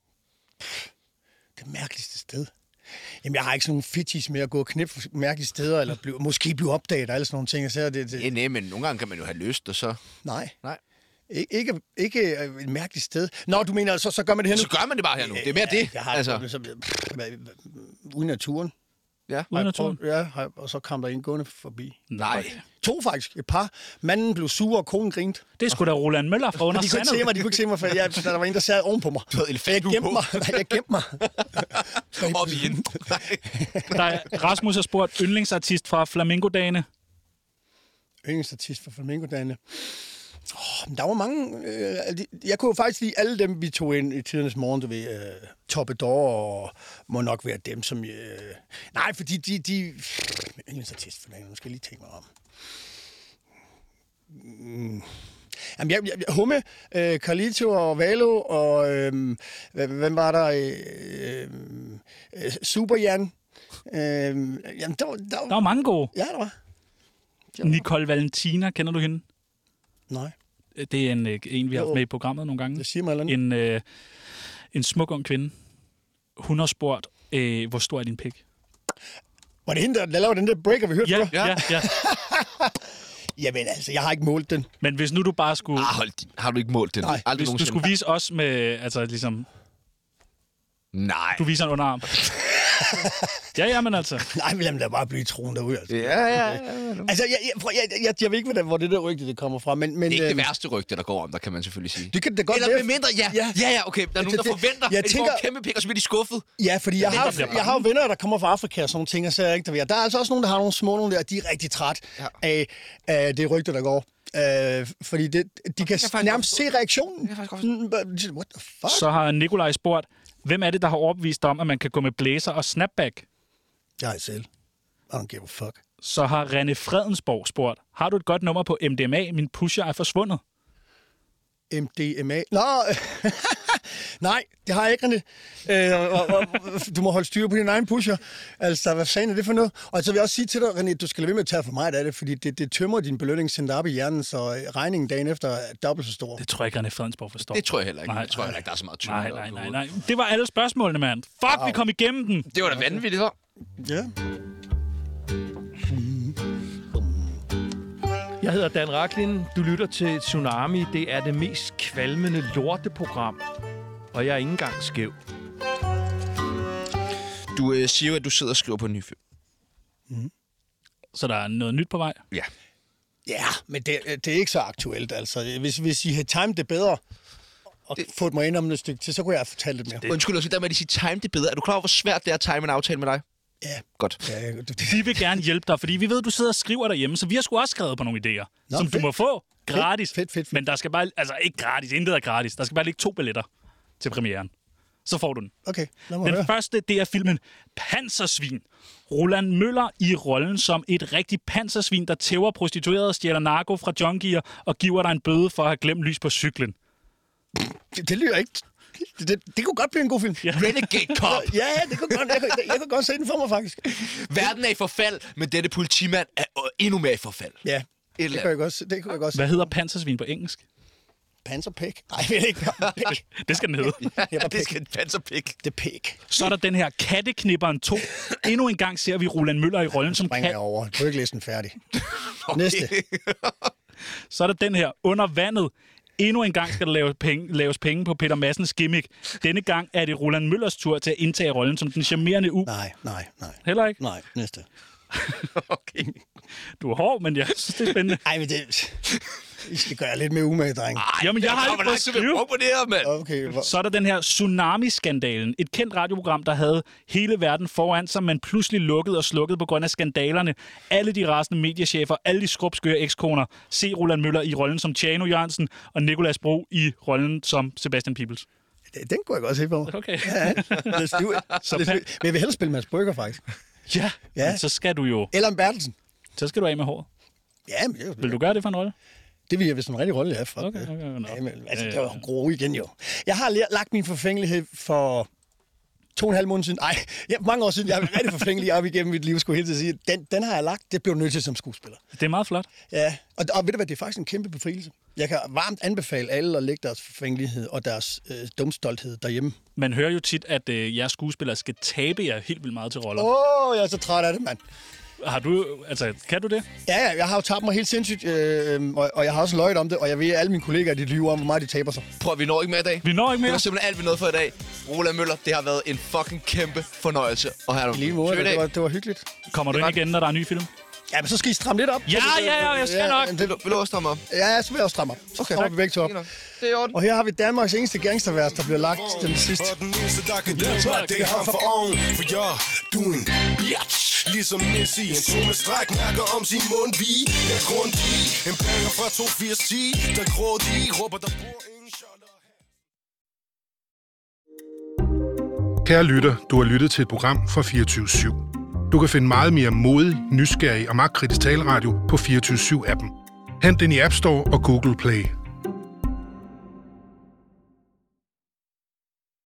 Det mærkeligste sted? Jamen, jeg har ikke sådan nogle fetish med at gå og knippe mærkelige steder, eller blive, måske blive opdaget, og alle sådan nogle ting. Så det, det... Ja, nej, men nogle gange kan man jo have lyst, og så... Nej. Nej. Ik- ikke, ikke et mærkeligt sted. Nå, du mener, så, så gør man det her nu? Så gør man det bare her nu. Det er mere ja, det. Jeg har altså. det, så, ude i naturen. Ja. Ude i naturen? Ja, og så kom der en gående forbi. Nej. To faktisk. Et par. Manden blev sur, og konen grinte. Det er sgu da Roland Møller fra under de kunne ikke se mig, de kunne ikke se mig, for jeg, der var en, der sad oven på mig. Du havde elefantdue jeg gemte mig. Nej, jeg gemte mig. Op i hende. Der er Rasmus har spurgt yndlingsartist fra Flamingo-dagene. Yndlingsartist fra Flamingo-dagene? Oh, der var mange... Øh, jeg kunne jo faktisk lide alle dem, vi tog ind i tidernes morgen, du ved, øh, Toppedor, og må nok være dem, som... Øh, nej, fordi de... de yndlingsartist, for nu skal jeg lige tænke mig om. Mm. Jamen, jeg, jeg, Humme, øh, Carlito og Valo, og øh, hvem var der? Øh, øh, Super Jan. Øh, jamen, der, der, der var mange gode. Ja, der var. Nicole Valentina, kender du hende? Nej. Det er en, en vi har haft med i programmet nogle gange. Det siger mig eller en, øh, en smuk ung kvinde. Hun har spurgt, øh, hvor stor er din pik? Var det hende, der laver den der breaker, vi hørte ja, før? Ja, ja, ja. Jamen altså, jeg har ikke målt den. Men hvis nu du bare skulle... Ah, hold din. Har du ikke målt den? Nej. Aldrig hvis du skulle vise os med, altså ligesom... Nej. Du viser en underarm. ja, ja, men altså... Nej, men lad mig da bare blive troen derude, altså. Ja, ja, ja. Altså, jeg, jeg, jeg, jeg, jeg ved ikke, hvor det der rygte, det kommer fra, men... men det er ikke øh, det værste rygte, der går om, der kan man selvfølgelig sige. Det kan det godt Eller være. med mindre, ja. Ja, ja, ja okay. Der er nogen, der forventer, jeg at de tænker, får en kæmpe pik, og så bliver de skuffet. Ja, fordi jeg, jeg, har, jeg har jo venner, der kommer fra Afrika og sådan nogle ting, og så er ikke der. Der er altså også nogen, der har nogle små nogle der, og de er rigtig træt ja. af, af det rygte, der går. Øh, fordi det, de kan nærmest se reaktionen. What the fuck? Så har Nikolaj spurgt, hvem er det, der har overbevist dig om, at man kan gå med blæser og snapback? Jeg er selv. I don't give a fuck. Så har René Fredensborg spurgt, har du et godt nummer på M D M A? Min pusher er forsvundet. M D M A? Nå, nej, det har jeg ikke, René. Øh, og, og, du må holde styr på din egen pusher. Altså, hvad fanden er det for noget? Og så vil jeg også sige til dig, René, du skal lade være med at tage for meget af det, fordi det, det tømmer din belønningscenter op i hjernen, så regningen dagen efter er dobbelt så stor. Det tror jeg ikke, René Fredensborg forstår. Det tror jeg heller ikke. Nej, jeg tror heller ikke, der er så meget nej, nej, nej, nej. Det var alle spørgsmålene, mand. Fuck, wow. Vi kom igennem den. Det var da vanvittigt, så. Ja. Jeg hedder Dan Rachlin. Du lytter til Tsunami. Det er det mest kvalmende lorteprogram. Og jeg er ikke engang skæv. Du øh, siger at du sidder og skriver på en ny film. Mm. Så der er noget nyt på vej? Ja. Ja, men det, det er ikke så aktuelt. Altså, hvis, hvis I havde timet det bedre og det... fået mig ind om et stykke til, så kunne jeg have fortalt lidt mere. Det... Undskyld, også, der med at de siger time det bedre. Er du klar over, hvor svært det er at time en aftale med dig? Ja. Godt. Ja, det... Vi vil gerne hjælpe dig, fordi vi ved, at du sidder og skriver derhjemme, så vi har sgu også skrevet på nogle idéer, Nå, som fedt. Du må få gratis. Fedt, fedt, fedt, fedt. Men der skal bare, altså ikke gratis, intet er gratis. Der skal bare ligge to billetter til premieren. Så får du den. Okay, lad mig Den høre. første, det er filmen Pansersvin. Roland Møller i rollen som et rigtigt pansersvin, der tæver prostituerede, stjæler narko fra junkier og giver dig en bøde for at have glemt lys på cyklen. Det, det lyder ikke... Det, det, det kunne godt blive en god film. Ja. Renegade Cop. Ja, det kunne godt, jeg, jeg, jeg kunne godt se den for mig, faktisk. Verden er i forfald, men dette politimand er endnu mere i forfald. Ja, det kunne jeg godt, det kunne jeg godt se. Hvad hedder pansersvin på engelsk? Panserpæk? Nej, jeg ved ikke. Pæk. Det skal den hedde. Ja, ja, det skal en panserpæk. Det er pæk. Så er der den her Katteknipperen to. Endnu en gang ser vi Roland Møller i rollen som kat. Springer jeg over. Du er ikke læst den færdig. Okay. Næste. Så er der den her Under vandet. Endnu en gang skal der laves penge, laves penge på Peter Madsens gimmick. Denne gang er det Roland Møllers tur til at indtage rollen som den charmerende u. Nej, nej, nej. Heller ikke? Nej, næste. Okay. Du er hård, men jeg synes, det er spændende. Ej, men det... I skal gøre lidt mere umage, dreng. Jamen, jeg har ikke fået skrive. på det her, mand. Okay, hvor... Så er der den her Tsunami-skandalen. Et kendt radioprogram, der havde hele verden foran sig, men pludselig lukket og slukket på grund af skandalerne. Alle de rasende mediechefer, alle de skrubskøre ekskoner. Se Roland Møller i rollen som Tjano Jørgensen, og Nicolas Bro i rollen som Sebastian Peebles. Den kunne jeg godt se på. Okay. Ja, let's do it. Så let's do it. Men jeg vil hellere spille Mads Brygger, faktisk. Ja, ja. Men så skal du jo... Eller en Bertelsen. Så skal du af med håret. Ja, men... Det vil du gøre det for en rolle? Det vil jeg, hvis en rigtig rolle er. For okay, okay, okay. Ja, men, altså, det var grove igen, jo. Jeg har lagt min forfængelighed for to og en halv måned siden. Nej, ja, mange år siden. Jeg er rigtig forfængelig op igennem mit liv, skulle jeg helt til at sige. Den, den har jeg lagt. Det blev nødt til som skuespiller. Det er meget flot. Ja, og, og ved du hvad, det er faktisk en kæmpe befrielse. Jeg kan varmt anbefale alle at lægge deres forfængelighed og deres øh, dumstolthed derhjemme. Man hører jo tit, at øh, jeres skuespillere skal tabe jer helt vildt meget til roller. Åh, oh, jeg er så træt af det, mand. Har du, altså, kan du det? Ja, ja, jeg har jo tabt mig helt sindssygt, øh, og, og jeg har også løjet om det, og jeg ved, at alle mine kollegaer, de lyver om, hvor meget de taber sig. Prøv, vi når ikke med i dag. Vi når ikke med. Det var simpelthen alt, vi nåede for i dag. Roland Møller, det har været en fucking kæmpe fornøjelse. Og her er du. I lige måde, det var, det var hyggeligt. Kommer du ind igen, når der er en ny film? Ja, men så skal I stramme lidt op. Ja, ja, ja, jeg skal ja, nok. Det, vil du også stramme op? Ja, så vil jeg også stramme op. Så okay, strammer vi begge to op. Det er orden. Og her har vi Danmarks eneste gangstervers, der bliver lagt den sidste. Den eneste, der kan hjælpe mig, det er ham for oven. For jeg, du er en bitch. Ligesom Messi, en tone stræk mærker om sin mund. Vi er grundig. En banger fra to firs ti, der grådig. Råber, der bor ingen shotter. Kære lytter, du har lyttet til et program fra fireogtyve syv. Du kan finde meget mere modig, nysgerrig og magtkritisk taleradio på fireogtyve syv appen. Hent den i App Store og Google Play.